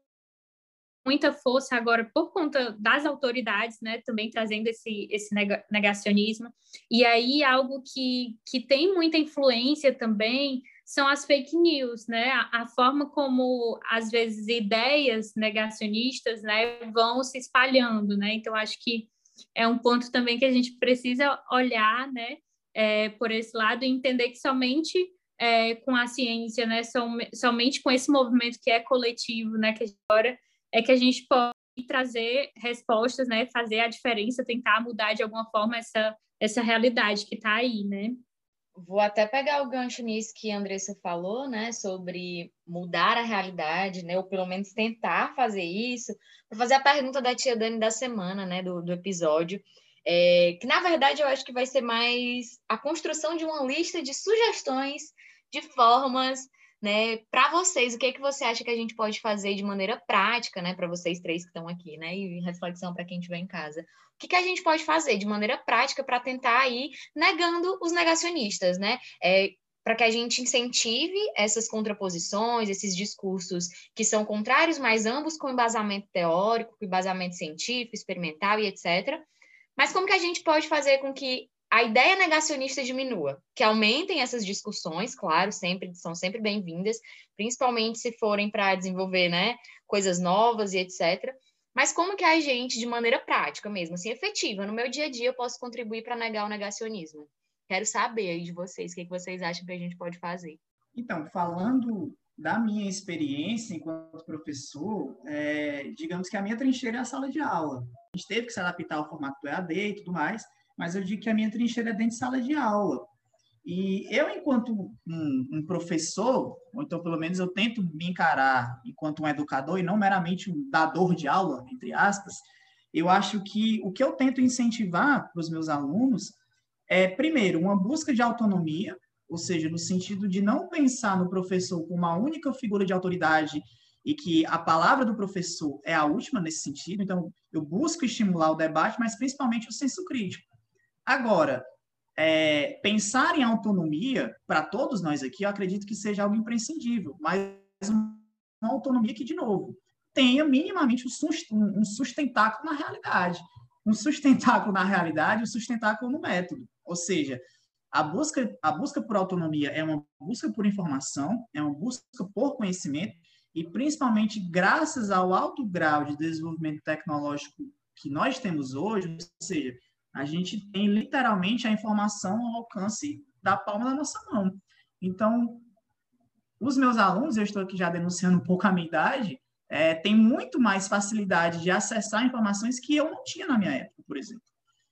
muita força agora por conta das autoridades, né, também trazendo esse, esse negacionismo. E aí algo que, que tem muita influência também são as fake news, né, a, a forma como, às vezes, ideias negacionistas, né, vão se espalhando, né, então acho que é um ponto também que a gente precisa olhar, né, é, por esse lado e entender que somente é, com a ciência, né, som, somente com esse movimento que é coletivo, né, que agora é que a gente pode trazer respostas, né, fazer a diferença, tentar mudar de alguma forma essa, essa realidade que está aí, né? Vou até pegar o gancho nisso que a Andressa falou, né, sobre mudar a realidade, né, ou pelo menos tentar fazer isso, para fazer a pergunta da tia Dani da semana, né, do, do episódio. é, que, na verdade, eu acho que vai ser mais a construção de uma lista de sugestões, de formas, né, para vocês. O que é que você acha que a gente pode fazer de maneira prática, né, para vocês três que estão aqui, né, e reflexão para quem estiver em casa. O que, que a gente pode fazer de maneira prática para tentar ir negando os negacionistas, né? É, para que a gente incentive essas contraposições, esses discursos que são contrários, mas ambos com embasamento teórico, com embasamento científico, experimental e etcétera. Mas como que a gente pode fazer com que a ideia negacionista diminua? Que aumentem essas discussões, claro, sempre são sempre bem-vindas, principalmente se forem para desenvolver, né, coisas novas e etcétera. Mas como que a gente, de maneira prática mesmo, assim, efetiva, no meu dia a dia, eu posso contribuir para negar o negacionismo? Quero saber aí de vocês, o que gente acham que a gente pode fazer. Então, falando da minha experiência enquanto professor, é, digamos que a minha trincheira é a sala de aula. A gente teve que se adaptar ao formato do E A D e tudo mais, mas eu digo que a minha trincheira é dentro de sala de aula. E eu, enquanto um, um professor, ou então pelo menos eu tento me encarar enquanto um educador e não meramente um dador de aula, entre aspas, eu acho que o que eu tento incentivar para os meus alunos é, primeiro, uma busca de autonomia, ou seja, no sentido de não pensar no professor como uma única figura de autoridade e que a palavra do professor é a última nesse sentido. Então, eu busco estimular o debate, mas principalmente o senso crítico. Agora, é, pensar em autonomia, para todos nós aqui, eu acredito que seja algo imprescindível, mas uma autonomia que, de novo, tenha minimamente um sustentáculo na realidade. Um sustentáculo na realidade e um sustentáculo no método. Ou seja, a busca, a busca por autonomia é uma busca por informação, é uma busca por conhecimento, e principalmente graças ao alto grau de desenvolvimento tecnológico que nós temos hoje, ou seja, a gente tem literalmente a informação ao alcance da palma da nossa mão. Então, os meus alunos, eu estou aqui já denunciando um pouco a minha idade, é, têm muito mais facilidade de acessar informações que eu não tinha na minha época, por exemplo.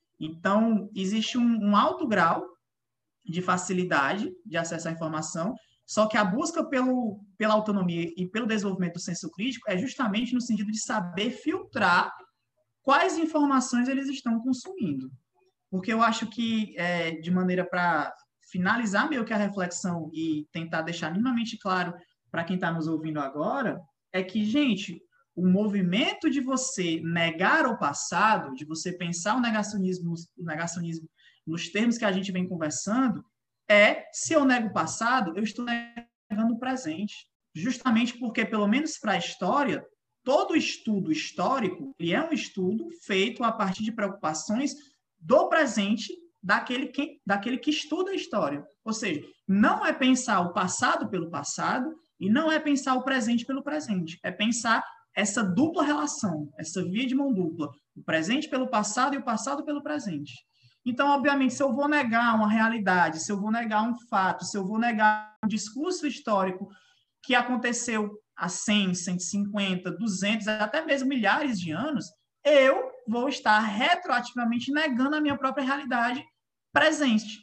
Então, existe um, um alto grau de facilidade de acesso à informação, só que a busca pelo, pela autonomia e pelo desenvolvimento do senso crítico é justamente no sentido de saber filtrar quais informações eles estão consumindo. Porque eu acho que, é, de maneira para finalizar meio que a reflexão e tentar deixar minimamente claro para quem está nos ouvindo agora, é que, gente, o movimento de você negar o passado, de você pensar o negacionismo, o negacionismo nos termos que a gente vem conversando, é, se eu nego o passado, eu estou negando o presente. Justamente porque, pelo menos para a história, todo estudo histórico ele é um estudo feito a partir de preocupações do presente daquele que, daquele que estuda a história. Ou seja, não é pensar o passado pelo passado e não é pensar o presente pelo presente. É pensar essa dupla relação, essa via de mão dupla, o presente pelo passado e o passado pelo presente. Então, obviamente, se eu vou negar uma realidade, se eu vou negar um fato, se eu vou negar um discurso histórico que aconteceu há cem, cento e cinquenta, duzentos, até mesmo milhares de anos, eu vou estar retroativamente negando a minha própria realidade presente.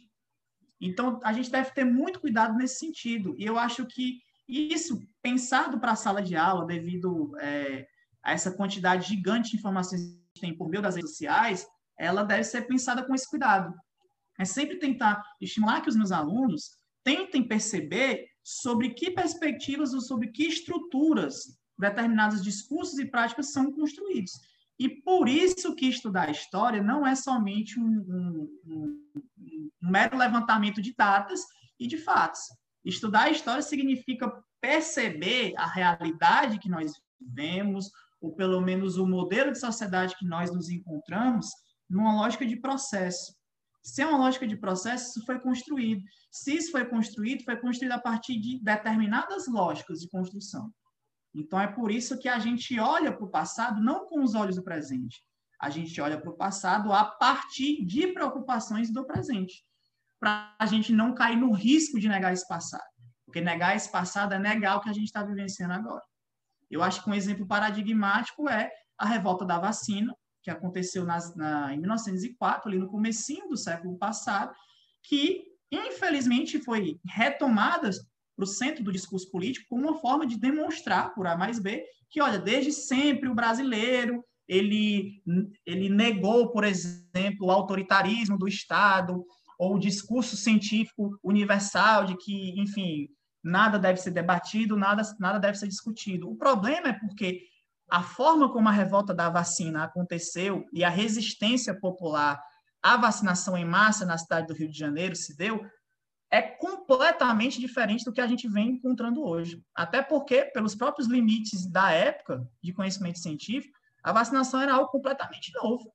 Então, a gente deve ter muito cuidado nesse sentido. E eu acho que isso, pensado para a sala de aula, devido é, a essa quantidade gigante de informações que a gente tem por meio das redes sociais, ela deve ser pensada com esse cuidado. É sempre tentar estimular que os meus alunos tentem perceber sobre que perspectivas ou sobre que estruturas determinados discursos e práticas são construídos. E por isso que estudar a história não é somente um, um, um, um mero levantamento de datas e de fatos. Estudar a história significa perceber a realidade que nós vivemos, ou pelo menos o modelo de sociedade que nós nos encontramos, numa lógica de processo. Se é uma lógica de processo, isso foi construído. Se isso foi construído, foi construído a partir de determinadas lógicas de construção. Então, é por isso que a gente olha para o passado não com os olhos do presente. A gente olha para o passado a partir de preocupações do presente, para a gente não cair no risco de negar esse passado. Porque negar esse passado é negar o que a gente está vivenciando agora. Eu acho que um exemplo paradigmático é a revolta da vacina, que aconteceu nas, na, em mil novecentos e quatro, ali no comecinho do século passado, que, infelizmente, foi retomada para o centro do discurso político como uma forma de demonstrar, por A mais B, que, olha, desde sempre o brasileiro, ele, ele negou, por exemplo, o autoritarismo do Estado, ou o discurso científico universal de que, enfim, nada deve ser debatido, nada, nada deve ser discutido. O problema é porque a forma como a revolta da vacina aconteceu e a resistência popular à vacinação em massa na cidade do Rio de Janeiro se deu, é completamente diferente do que a gente vem encontrando hoje. Até porque, pelos próprios limites da época de conhecimento científico, a vacinação era algo completamente novo.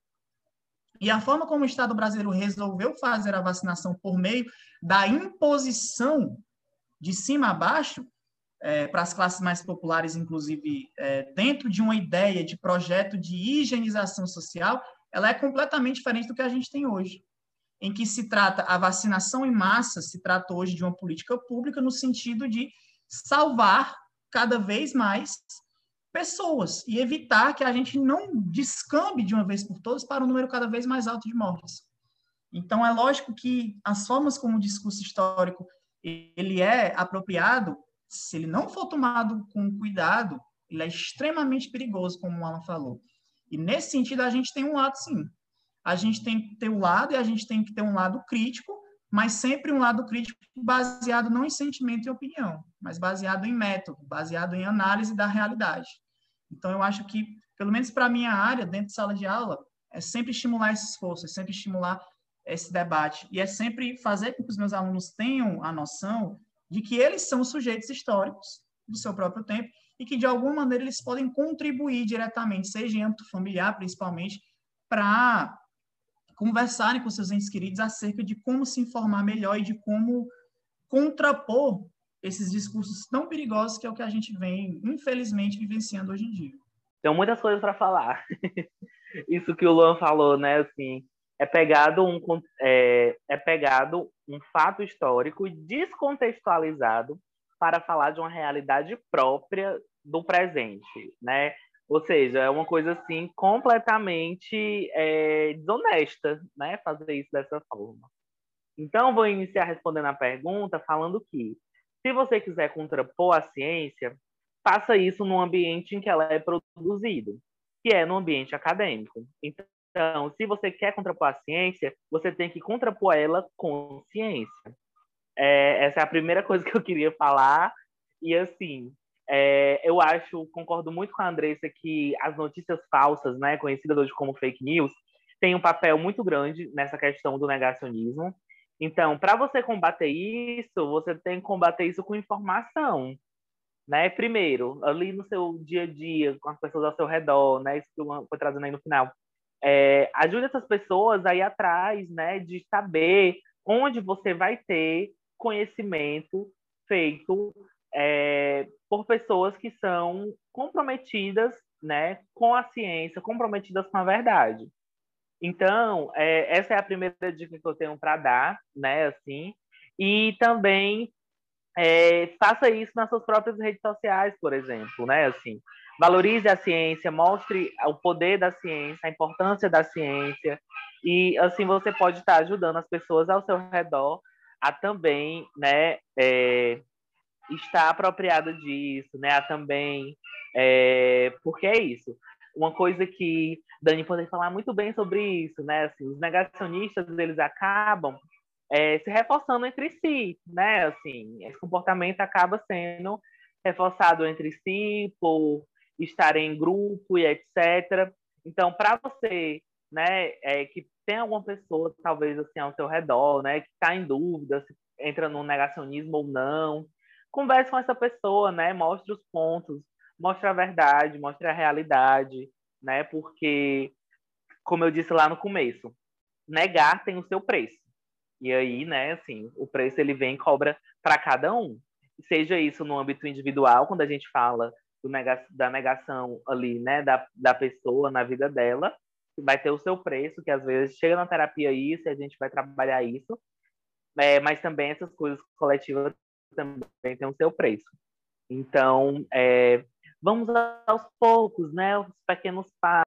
E a forma como o Estado brasileiro resolveu fazer a vacinação por meio da imposição de cima a baixo, é, para as classes mais populares, inclusive, é, dentro de uma ideia de projeto de higienização social, ela é completamente diferente do que a gente tem hoje, em que se trata a vacinação em massa, se trata hoje de uma política pública no sentido de salvar cada vez mais pessoas e evitar que a gente não descambe de uma vez por todas para um número cada vez mais alto de mortes. Então, é lógico que as formas como o discurso histórico ele é apropriado, se ele não for tomado com cuidado, ele é extremamente perigoso, como o Alan falou. E, nesse sentido, a gente tem um lado, sim. A gente tem que ter um lado e a gente tem que ter um lado crítico, mas sempre um lado crítico baseado não em sentimento e opinião, mas baseado em método, baseado em análise da realidade. Então, eu acho que, pelo menos para a minha área, dentro de sala de aula, é sempre estimular esse esforço, é sempre estimular esse debate, e é sempre fazer com que os meus alunos tenham a noção de que eles são sujeitos históricos do seu próprio tempo e que, de alguma maneira, eles podem contribuir diretamente, seja em âmbito familiar, principalmente, para conversarem com seus entes queridos acerca de como se informar melhor e de como contrapor esses discursos tão perigosos que é o que a gente vem, infelizmente, vivenciando hoje em dia. Tem muitas coisas para falar. Isso que o Luan falou, né, assim, é pegado um, é, é pegado um fato histórico e descontextualizado para falar de uma realidade própria do presente, né? Ou seja, é uma coisa assim completamente é, desonesta, né? Fazer isso dessa forma. Então, vou iniciar respondendo a pergunta falando que, se você quiser contrapor a ciência, faça isso num ambiente em que ela é produzida, que é no ambiente acadêmico. Então, Então, se você quer contrapor a ciência, você tem que contrapor ela com ciência. É, essa é a primeira coisa que eu queria falar. E, assim, é, eu acho, concordo muito com a Andressa, que as notícias falsas, né, conhecidas hoje como fake news, têm um papel muito grande nessa questão do negacionismo. Então, para você combater isso, você tem que combater isso com informação. Né? Primeiro, ali no seu dia a dia, com as pessoas ao seu redor, né? Isso que eu foi trazendo aí no final. É, ajude essas pessoas a ir atrás, né, de saber onde você vai ter conhecimento feito é, por pessoas que são comprometidas, né, com a ciência, comprometidas com a verdade. Então, é, essa é a primeira dica que eu tenho para dar, né, assim, e também é, faça isso nas suas próprias redes sociais, por exemplo, né, assim. Valorize a ciência, mostre o poder da ciência, a importância da ciência, e assim você pode estar ajudando as pessoas ao seu redor a também, né, é, estar apropriada disso, né, a também, é, porque é isso. Uma coisa que Dani pode falar muito bem sobre isso, né, assim, os negacionistas, eles acabam é, se reforçando entre si, né, assim, esse comportamento acaba sendo reforçado entre si por estar em grupo e etcétera. Então, para você, né, é, que tem alguma pessoa, talvez, assim, ao seu redor, né, que está em dúvida se entra no negacionismo ou não, converse com essa pessoa, né, mostre os pontos, mostre a verdade, mostre a realidade, né, porque, como eu disse lá no começo, negar tem o seu preço. E aí, né, assim, o preço ele vem e cobra para cada um. Seja isso no âmbito individual, quando a gente fala do nega, da negação ali, né, da, da pessoa na vida dela, vai ter o seu preço, que às vezes chega na terapia isso, e a gente vai trabalhar isso, é, mas também essas coisas coletivas também têm o seu preço. Então, é, vamos aos poucos, né, os pequenos passos.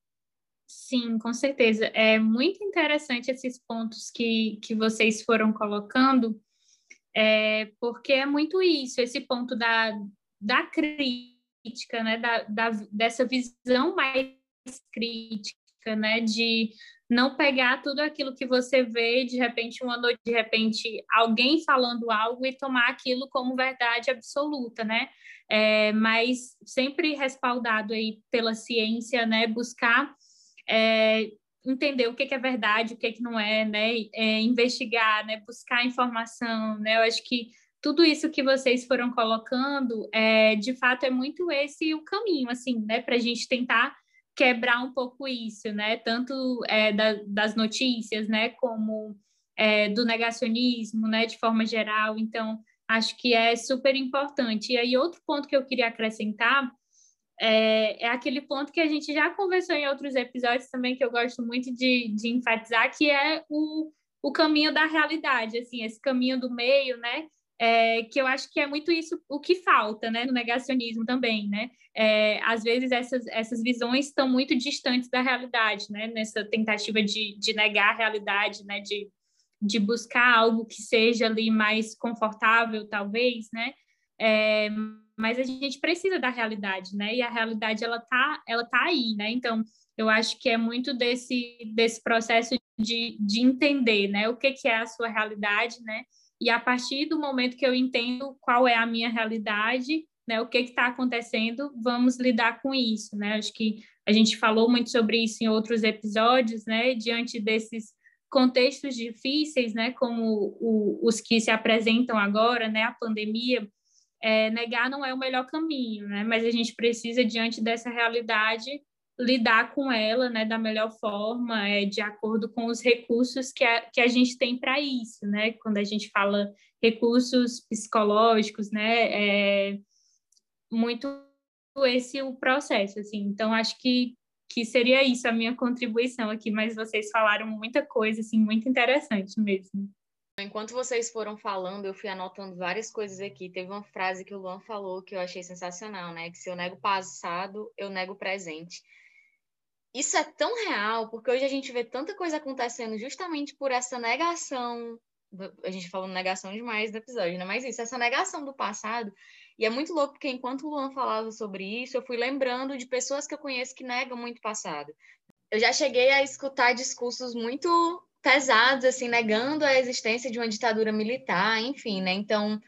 Sim, com certeza. É muito interessante esses pontos que, que vocês foram colocando, é, porque é muito isso, esse ponto da, da crítica, né, da, da, dessa visão mais crítica, né? De não pegar tudo aquilo que você vê, de repente, uma noite, de repente, alguém falando algo e tomar aquilo como verdade absoluta, né? É, mas sempre respaldado aí pela ciência, né? Buscar é, entender o que, que é verdade, o que, que não é, né? É, investigar, né? Buscar informação, né? Eu acho que tudo isso que vocês foram colocando, é, de fato, é muito esse o caminho, assim, né? Para a gente tentar quebrar um pouco isso, né? Tanto é, da, das notícias, né? Como é, do negacionismo, né? De forma geral. Então, acho que é super importante. E aí, outro ponto que eu queria acrescentar é, é aquele ponto que a gente já conversou em outros episódios também, que eu gosto muito de, de enfatizar, que é o, o caminho da realidade, assim, esse caminho do meio, né? É, que eu acho que é muito isso o que falta, né, no negacionismo também, né? É, às vezes essas, essas visões estão muito distantes da realidade, né? Nessa tentativa de, de negar a realidade, né? De, de buscar algo que seja ali mais confortável, talvez, né? É, mas a gente precisa da realidade, né? E a realidade, ela tá, ela tá aí, né? Então, eu acho que é muito desse, desse processo de, de entender, né? O que, que é a sua realidade, né? E a partir do momento que eu entendo qual é a minha realidade, né, o que está acontecendo, vamos lidar com isso, né? Acho que a gente falou muito sobre isso em outros episódios, né? Diante desses contextos difíceis, né, como o, os que se apresentam agora, né, a pandemia, é, negar não é o melhor caminho, né? Mas a gente precisa, diante dessa realidade, lidar com ela, né, da melhor forma, é, de acordo com os recursos que a, que a gente tem para isso, né? Quando a gente fala recursos psicológicos, né, é muito esse o processo, assim. Então, acho que, que seria isso a minha contribuição aqui, mas vocês falaram muita coisa, assim, muito interessante mesmo. Enquanto vocês foram falando, eu fui anotando várias coisas aqui. Teve uma frase que o Luan falou que eu achei sensacional, né? Que se eu nego o passado, eu nego o presente. Isso é tão real, porque hoje a gente vê tanta coisa acontecendo justamente por essa negação. A gente falou negação demais do episódio, né? Mas isso, essa negação do passado. E é muito louco, porque enquanto o Luan falava sobre isso, eu fui lembrando de pessoas que eu conheço que negam muito o passado. Eu já cheguei a escutar discursos muito pesados, assim, negando a existência de uma ditadura militar, enfim, né? Então,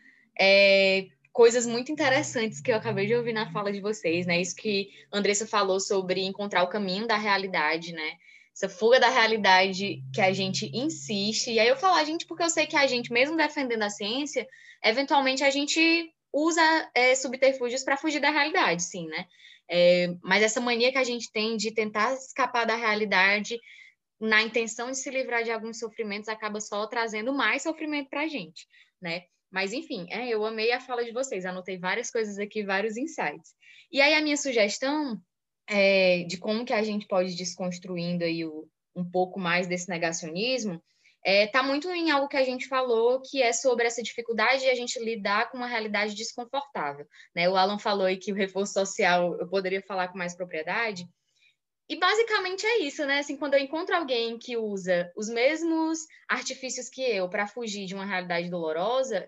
é, coisas muito interessantes que eu acabei de ouvir na fala de vocês, né? Isso que a Andressa falou sobre encontrar o caminho da realidade, né? Essa fuga da realidade que a gente insiste. E aí eu falo a gente porque eu sei que a gente, mesmo defendendo a ciência, eventualmente a gente usa é, subterfúgios para fugir da realidade, sim, né? É, mas essa mania que a gente tem de tentar escapar da realidade na intenção de se livrar de alguns sofrimentos acaba só trazendo mais sofrimento para a gente, né? Mas, enfim, é, eu amei a fala de vocês, anotei várias coisas aqui, vários insights. E aí a minha sugestão é, de como que a gente pode ir desconstruindo aí o, um pouco mais desse negacionismo está é, muito em algo que a gente falou, que é sobre essa dificuldade de a gente lidar com uma realidade desconfortável, né? O Alan falou aí que o reforço social eu poderia falar com mais propriedade. E basicamente é isso, né? Assim, quando eu encontro alguém que usa os mesmos artifícios que eu para fugir de uma realidade dolorosa,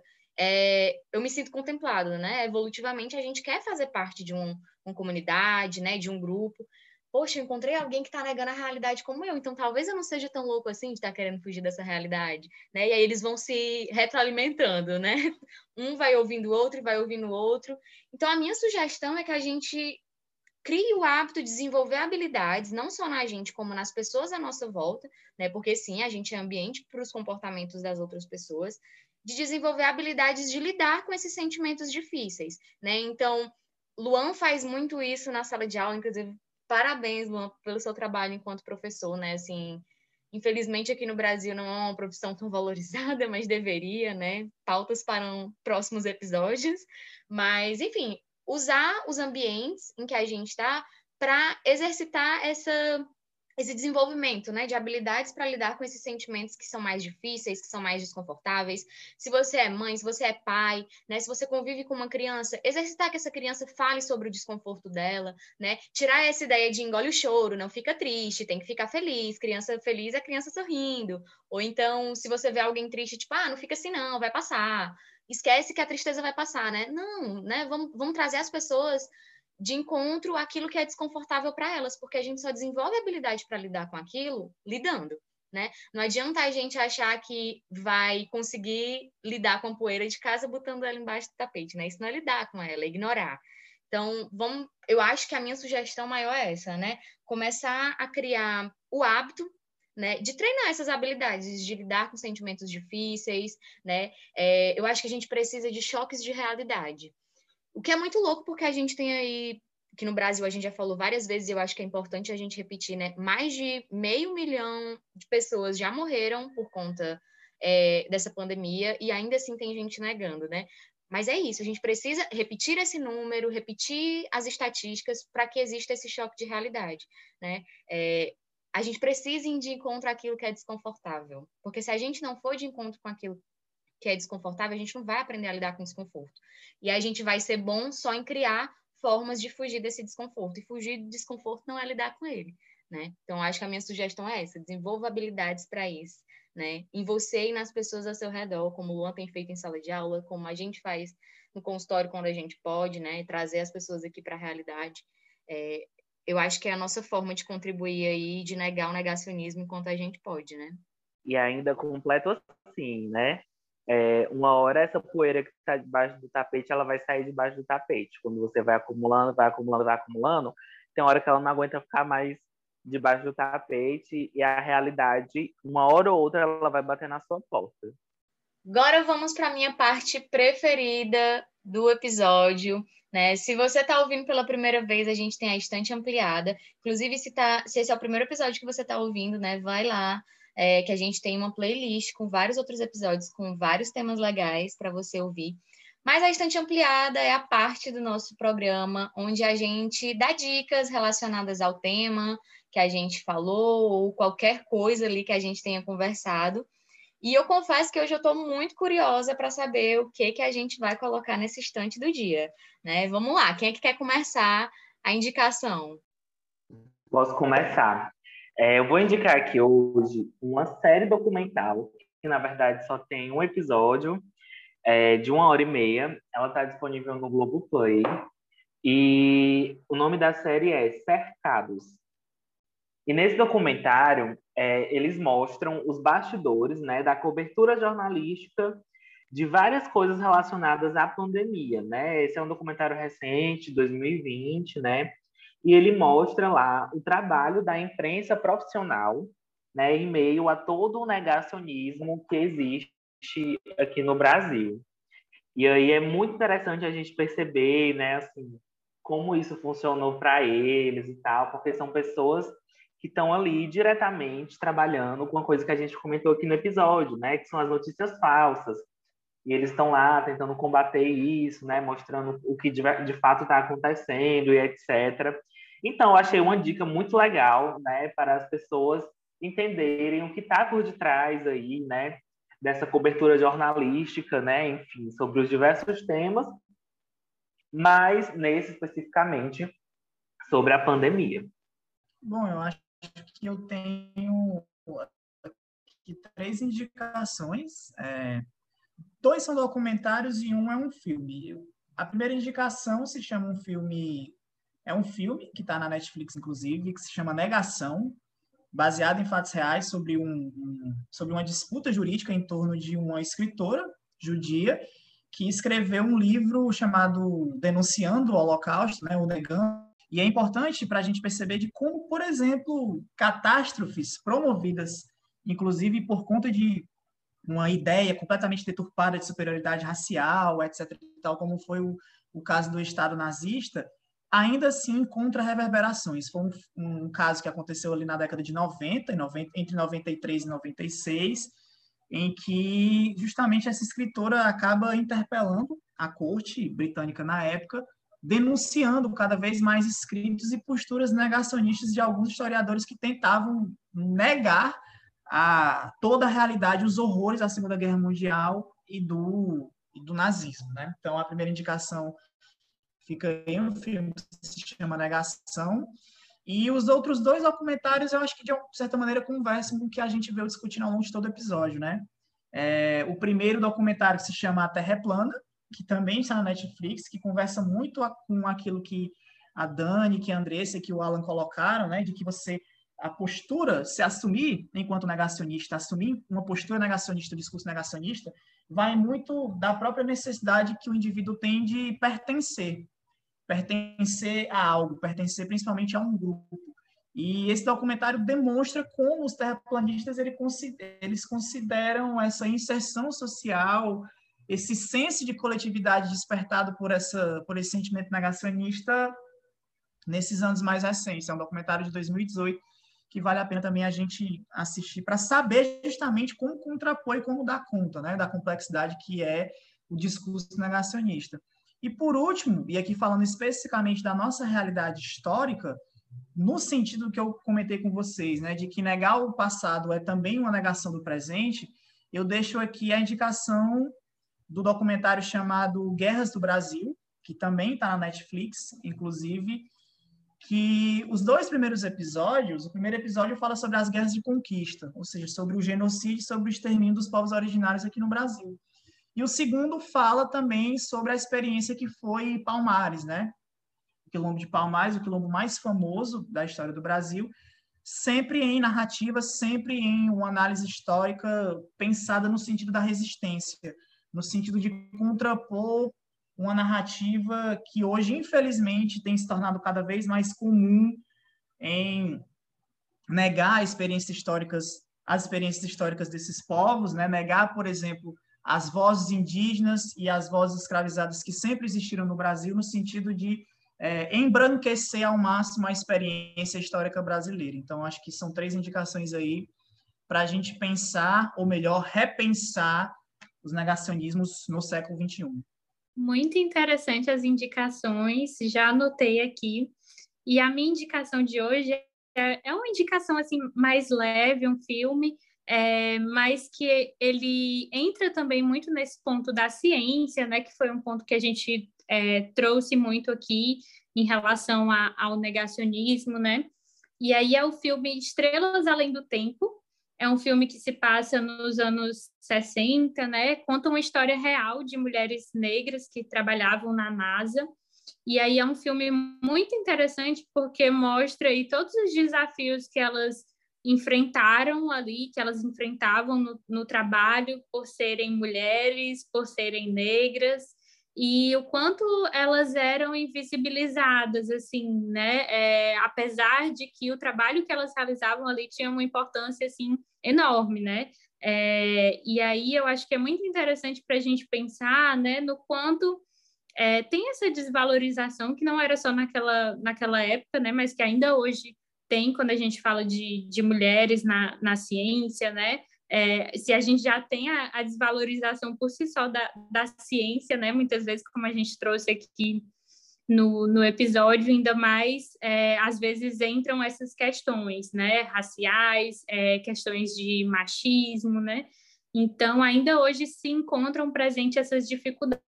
é, eu me sinto contemplado, né? Evolutivamente, a gente quer fazer parte de um, uma comunidade, né? De um grupo. Poxa, eu encontrei alguém que está negando a realidade como eu, então talvez eu não seja tão louco assim de estar tá querendo fugir dessa realidade, né? E aí eles vão se retroalimentando, né? Um vai ouvindo o outro e vai ouvindo o outro. Então, a minha sugestão é que a gente crie o hábito de desenvolver habilidades, não só na gente, como nas pessoas à nossa volta, né? Porque sim, a gente é ambiente para os comportamentos das outras pessoas, de desenvolver habilidades de lidar com esses sentimentos difíceis, né? Então, Luan faz muito isso na sala de aula, inclusive, parabéns, Luan, pelo seu trabalho enquanto professor, né? Assim, infelizmente aqui no Brasil não é uma profissão tão valorizada, mas deveria, né? Pautas para um, próximos episódios, mas, enfim, usar os ambientes em que a gente está para exercitar essa, esse desenvolvimento, né, de habilidades para lidar com esses sentimentos que são mais difíceis, que são mais desconfortáveis. Se você é mãe, se você é pai, né, se você convive com uma criança, exercitar que essa criança fale sobre o desconforto dela, né, tirar essa ideia de engole o choro, não fica triste, tem que ficar feliz, criança feliz é criança sorrindo. Ou então, se você vê alguém triste, tipo, ah, não fica assim não, vai passar. Esquece que a tristeza vai passar, né? Não, né? Vamos, vamos trazer as pessoas de encontro àquilo que é desconfortável para elas, porque a gente só desenvolve habilidade para lidar com aquilo lidando, né? Não adianta a gente achar que vai conseguir lidar com a poeira de casa botando ela embaixo do tapete, né? Isso não é lidar com ela, é ignorar. Então, vamos, eu acho que a minha sugestão maior é essa, né? Começar a criar o hábito, né, de treinar essas habilidades, de lidar com sentimentos difíceis, né? É, eu acho que a gente precisa de choques de realidade. O que é muito louco, porque a gente tem aí, que no Brasil a gente já falou várias vezes, e eu acho que é importante a gente repetir, né? Mais de meio milhão de pessoas já morreram por conta é, dessa pandemia, e ainda assim tem gente negando, né? Mas é isso, a gente precisa repetir esse número, repetir as estatísticas para que exista esse choque de realidade, né? É, a gente precisa ir de encontro àquilo que é desconfortável, porque se a gente não for de encontro com aquilo que é desconfortável, a gente não vai aprender a lidar com desconforto. E a gente vai ser bom só em criar formas de fugir desse desconforto, e fugir do desconforto não é lidar com ele, né? Então, acho que a minha sugestão é essa, desenvolva habilidades para isso, né? Em você e nas pessoas ao seu redor, como o Luan tem feito em sala de aula, como a gente faz no consultório quando a gente pode, né? Trazer as pessoas aqui para a realidade. É, eu acho que é a nossa forma de contribuir aí, de negar o negacionismo enquanto a gente pode, né? E ainda completo assim, né? É, uma hora essa poeira que está debaixo do tapete, ela vai sair debaixo do tapete. Quando você vai acumulando, vai acumulando, vai acumulando, tem hora que ela não aguenta ficar mais debaixo do tapete, e a realidade, uma hora ou outra, ela vai bater na sua porta. Agora vamos para a minha parte preferida do episódio, né? Se você está ouvindo pela primeira vez, a gente tem a estante ampliada. Inclusive, se, tá, se esse é o primeiro episódio que você está ouvindo, né? Vai lá, é, que a gente tem uma playlist com vários outros episódios, com vários temas legais para você ouvir. Mas a estante ampliada é a parte do nosso programa onde a gente dá dicas relacionadas ao tema que a gente falou, ou qualquer coisa ali que a gente tenha conversado. E eu confesso que hoje eu estou muito curiosa para saber o que, que a gente vai colocar nesse estante do dia, né? Vamos lá, quem é que quer começar a indicação? Posso começar. É, eu vou indicar aqui hoje uma série documental, que na verdade só tem um episódio, é, de uma hora e meia. Ela está disponível no Globoplay. E o nome da série é Cercados. E nesse documentário, é, eles mostram os bastidores, né, da cobertura jornalística de várias coisas relacionadas à pandemia, né? Esse é um documentário recente, dois mil e vinte, né? E ele mostra lá o trabalho da imprensa profissional, né, em meio a todo o negacionismo que existe aqui no Brasil. E aí é muito interessante a gente perceber, né, assim, como isso funcionou para eles e tal, porque são pessoas que estão ali diretamente trabalhando com uma coisa que a gente comentou aqui no episódio, né, que são as notícias falsas. E eles estão lá tentando combater isso, né, mostrando o que de, de fato está acontecendo e etcétera. Então, eu achei uma dica muito legal, né, para as pessoas entenderem o que está por detrás aí, né, dessa cobertura jornalística, né, enfim, sobre os diversos temas, mas nesse especificamente sobre a pandemia. Bom, eu acho que eu tenho aqui três indicações. É, dois são documentários e um é um filme. A primeira indicação se chama um filme... É um filme que está na Netflix, inclusive, que se chama Negação, baseado em fatos reais sobre, um, um, sobre uma disputa jurídica em torno de uma escritora judia que escreveu um livro chamado Denunciando o Holocausto, né, o Negando. E é importante para a gente perceber de como, por exemplo, catástrofes promovidas, inclusive por conta de uma ideia completamente deturpada de superioridade racial, etcétera, tal como foi o, o caso do Estado nazista, ainda assim encontra reverberações. Foi um, um caso que aconteceu ali na década de noventa, entre noventa e três e noventa e seis, em que justamente essa escritora acaba interpelando a corte britânica na época, denunciando cada vez mais escritos e posturas negacionistas de alguns historiadores que tentavam negar a toda a realidade, os horrores da Segunda Guerra Mundial e do, e do nazismo, né? Então, a primeira indicação fica em um filme que se chama Negação. E os outros dois documentários, eu acho que, de certa maneira, conversam com o que a gente veio discutindo ao longo de todo o episódio, né? É, o primeiro documentário que se chama A Terra é Plana, que também está na Netflix, que conversa muito com aquilo que a Dani, que a Andressa, que o Alan colocaram, né, de que você, a postura, se assumir enquanto negacionista, assumir uma postura negacionista, um discurso negacionista, vai muito da própria necessidade que o indivíduo tem de pertencer, pertencer a algo, pertencer principalmente a um grupo. E esse documentário demonstra como os terraplanistas eles consideram essa inserção social, esse senso de coletividade despertado por, essa, por esse sentimento negacionista nesses anos mais recentes. É um documentário de dois mil e dezoito que vale a pena também a gente assistir para saber justamente como contrapor e como dar conta, né, da complexidade que é o discurso negacionista. E, por último, e aqui falando especificamente da nossa realidade histórica, no sentido que eu comentei com vocês, né, de que negar o passado é também uma negação do presente, eu deixo aqui a indicação do documentário chamado Guerras do Brasil, que também está na Netflix, inclusive, que os dois primeiros episódios, o primeiro episódio fala sobre as guerras de conquista, ou seja, sobre o genocídio e sobre o extermínio dos povos originários aqui no Brasil. E o segundo fala também sobre a experiência que foi Palmares, né? O Quilombo de Palmares, o quilombo mais famoso da história do Brasil, sempre em narrativa, sempre em uma análise histórica pensada no sentido da resistência, no sentido de contrapor uma narrativa que hoje, infelizmente, tem se tornado cada vez mais comum em negar experiências históricas, as experiências históricas desses povos, né? Negar, por exemplo, as vozes indígenas e as vozes escravizadas que sempre existiram no Brasil, no sentido de é, embranquecer ao máximo a experiência histórica brasileira. Então, acho que são três indicações aí para a gente pensar, ou melhor, repensar os negacionismos no século vinte e um. Muito interessante as indicações, já anotei aqui. E a minha indicação de hoje é, é uma indicação assim, mais leve, um filme, é, mas que ele entra também muito nesse ponto da ciência, né, que foi um ponto que a gente é, trouxe muito aqui em relação a, ao negacionismo, né? E aí é o filme Estrelas Além do Tempo. É um filme que se passa nos anos sessenta, né? Conta uma história real de mulheres negras que trabalhavam na NASA. E aí é um filme muito interessante porque mostra aí todos os desafios que elas enfrentaram ali, que elas enfrentavam no, no trabalho por serem mulheres, por serem negras, e o quanto elas eram invisibilizadas, assim, né? É, apesar de que o trabalho que elas realizavam ali tinha uma importância, assim, enorme, né? É, e aí eu acho que é muito interessante para a gente pensar, né, no quanto é, tem essa desvalorização que não era só naquela, naquela época, né, mas que ainda hoje tem quando a gente fala de, de mulheres na, na ciência, né? É, se a gente já tem a, a desvalorização por si só da, da ciência, né? Muitas vezes, como a gente trouxe aqui no, no episódio, ainda mais, é, às vezes entram essas questões, né? Raciais, é, questões de machismo, né? Então, ainda hoje se encontram presentes essas dificuldades,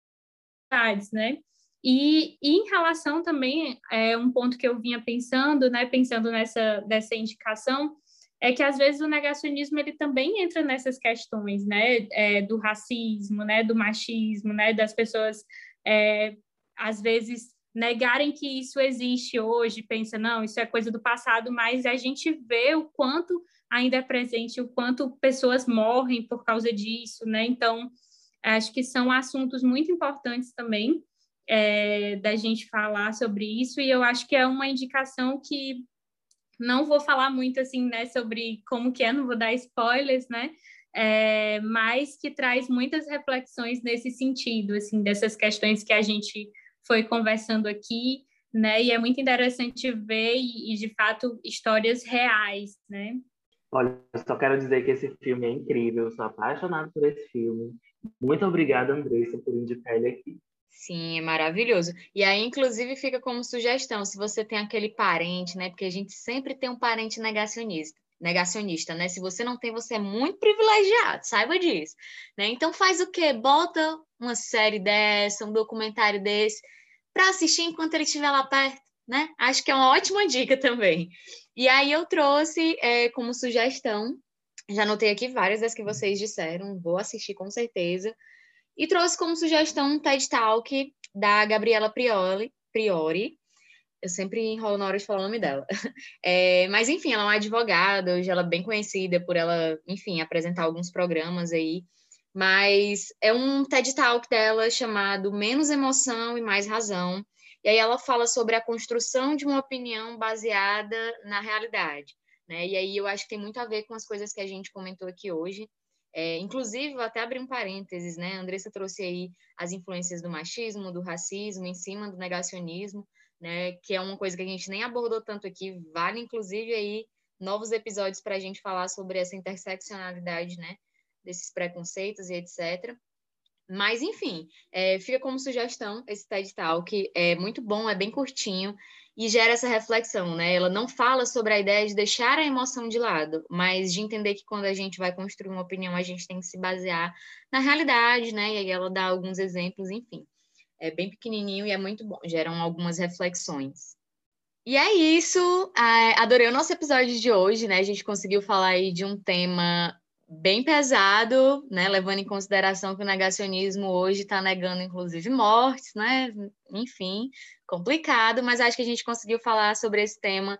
né? E, e em relação também, é um ponto que eu vinha pensando, né? Pensando nessa dessa indicação, é que às vezes o negacionismo ele também entra nessas questões, né, é, do racismo, né, do machismo, né, das pessoas é, às vezes negarem que isso existe hoje, pensa, não, isso é coisa do passado, mas a gente vê o quanto ainda é presente, o quanto pessoas morrem por causa disso, né, então acho que são assuntos muito importantes também é, da gente falar sobre isso, e eu acho que é uma indicação que não vou falar muito assim, né, sobre como que é, não vou dar spoilers, né, é, mas que traz muitas reflexões nesse sentido, assim, dessas questões que a gente foi conversando aqui, né, e é muito interessante ver e, e de fato, histórias reais, né. Olha, eu só quero dizer que esse filme é incrível, eu sou apaixonado por esse filme. Muito obrigada, Andressa, por indicar ele aqui. Sim, é maravilhoso. E aí, inclusive, fica como sugestão, se você tem aquele parente, né? Porque a gente sempre tem um parente negacionista, negacionista, né? Se você não tem, você é muito privilegiado, saiba disso, né? Então faz o quê? Bota uma série dessa, um documentário desse, para assistir enquanto ele estiver lá perto, né? Acho que é uma ótima dica também. E aí eu trouxe é, como sugestão, já anotei aqui várias das que vocês disseram, vou assistir com certeza. E trouxe como sugestão um TED Talk da Gabriela Prioli, Priori, Eu sempre enrolo na hora de falar o nome dela. É, mas, enfim, ela é uma advogada, hoje ela é bem conhecida por ela, enfim, apresentar alguns programas aí. Mas é um TED Talk dela chamado Menos Emoção e Mais Razão. E aí ela fala sobre a construção de uma opinião baseada na realidade, né? E aí eu acho que tem muito a ver com as coisas que a gente comentou aqui hoje. É, inclusive, vou até abrir um parênteses, né? A Andressa trouxe aí as influências do machismo, do racismo, em cima do negacionismo, né? Que é uma coisa que a gente nem abordou tanto aqui. Vale, inclusive, aí novos episódios para a gente falar sobre essa interseccionalidade, né? Desses preconceitos e etcétera. Mas, enfim, é, fica como sugestão esse TED Talk. É muito bom, é bem curtinho e gera essa reflexão, né? Ela não fala sobre a ideia de deixar a emoção de lado, mas de entender que quando a gente vai construir uma opinião, a gente tem que se basear na realidade, né? E aí ela dá alguns exemplos, enfim. É bem pequenininho e é muito bom, geram algumas reflexões. E é isso, adorei o nosso episódio de hoje, né? A gente conseguiu falar aí de um tema bem pesado, né? Levando em consideração que o negacionismo hoje está negando, inclusive, mortes, né? Enfim, complicado, mas acho que a gente conseguiu falar sobre esse tema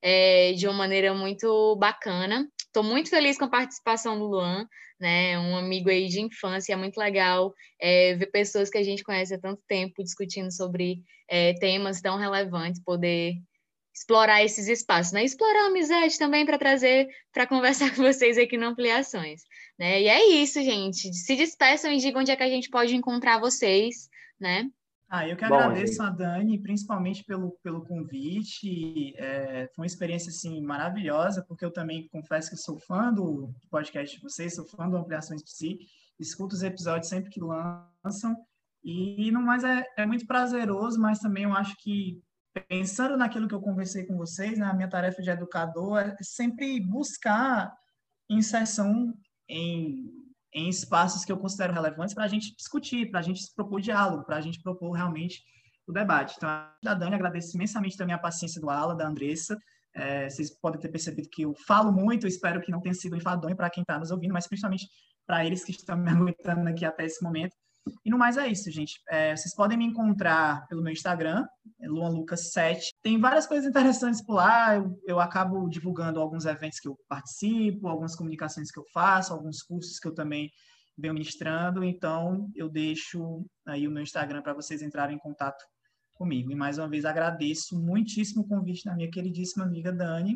é, de uma maneira muito bacana. Estou muito feliz com a participação do Luan, né? Um amigo aí de infância, é muito legal é, ver pessoas que a gente conhece há tanto tempo discutindo sobre é, temas tão relevantes, poder explorar esses espaços, né? Explorar a amizade também para trazer, para conversar com vocês aqui no Ampliações, né? E é isso, gente. Se despeçam e digam onde é que a gente pode encontrar vocês, né? Ah, eu que Bom, agradeço gente. a Dani, principalmente pelo, pelo convite. É, foi uma experiência, assim, maravilhosa, porque eu também confesso que sou fã do podcast de vocês, sou fã do Ampliações Psi, escuto os episódios sempre que lançam, e, no mais, é, é muito prazeroso, mas também eu acho que pensando naquilo que eu conversei com vocês, na minha tarefa de educador, é sempre buscar inserção em, em espaços que eu considero relevantes para a gente discutir, para a gente propor diálogo, para a gente propor realmente o debate. Então, a Dani, agradeço imensamente também a paciência do Ala, da Andressa. É, vocês podem ter percebido que eu falo muito, eu espero que não tenha sido enfadonho para quem está nos ouvindo, mas principalmente para eles que estão me aguentando aqui até esse momento. E no mais é isso, gente. É, vocês podem me encontrar pelo meu Instagram, luan lucas sete. Tem várias coisas interessantes por lá. Eu, eu acabo divulgando alguns eventos que eu participo, algumas comunicações que eu faço, alguns cursos que eu também venho ministrando. Então, eu deixo aí o meu Instagram para vocês entrarem em contato comigo. E, mais uma vez, agradeço muitíssimo o convite da minha queridíssima amiga Dani.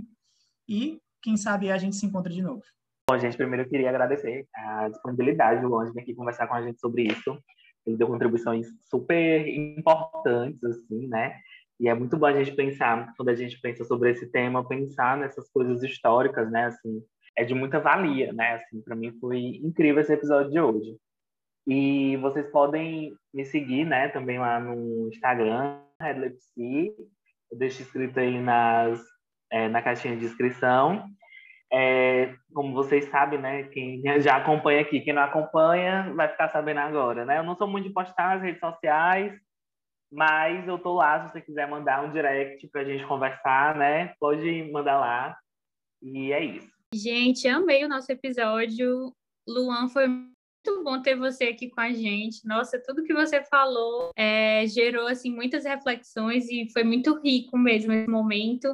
E, quem sabe, a gente se encontra de novo. Bom, gente, primeiro eu queria agradecer a disponibilidade do Luan de vir aqui conversar com a gente sobre isso. Ele deu contribuições super importantes, assim, né? E é muito bom a gente pensar, quando a gente pensa sobre esse tema, pensar nessas coisas históricas, né? Assim, é de muita valia, né? Assim, para mim foi incrível esse episódio de hoje. E vocês podem me seguir, né? Também lá no Instagram, Redlepsi. Eu deixo escrito aí nas, é, na caixinha de inscrição. É, como vocês sabem, né, quem já acompanha aqui, quem não acompanha vai ficar sabendo agora, né? Eu não sou muito de postar nas redes sociais, mas eu tô lá, se você quiser mandar um direct pra gente conversar, né? Pode mandar lá. E é isso. Gente, amei o nosso episódio. Luan, foi muito bom ter você aqui com a gente. Nossa, tudo que você falou é, gerou assim, muitas reflexões e foi muito rico mesmo esse momento.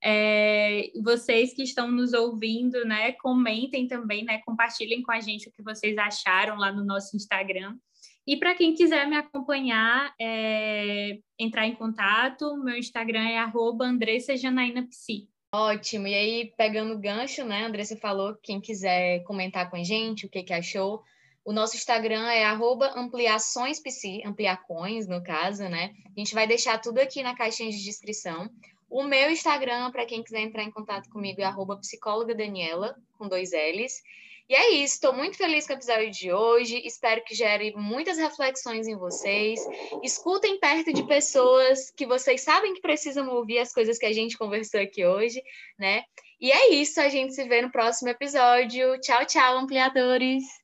É, vocês que estão nos ouvindo, né, comentem também, né, compartilhem com a gente o que vocês acharam lá no nosso Instagram. E para quem quiser me acompanhar, é, entrar em contato, meu Instagram é arroba Andressa Janaína Psi. Ótimo. E aí, pegando o gancho, né, a Andressa falou, quem quiser comentar com a gente, o que, que achou, o nosso Instagram é arroba ampliaçõespsi, ampliacões, no caso, né? A gente vai deixar tudo aqui na caixinha de descrição. O meu Instagram, para quem quiser entrar em contato comigo, é arroba psicóloga Daniela, com dois L's. E é isso, estou muito feliz com o episódio de hoje, espero que gere muitas reflexões em vocês. Escutem perto de pessoas que vocês sabem que precisam ouvir as coisas que a gente conversou aqui hoje, né? E é isso, a gente se vê no próximo episódio. Tchau, tchau, ampliadores!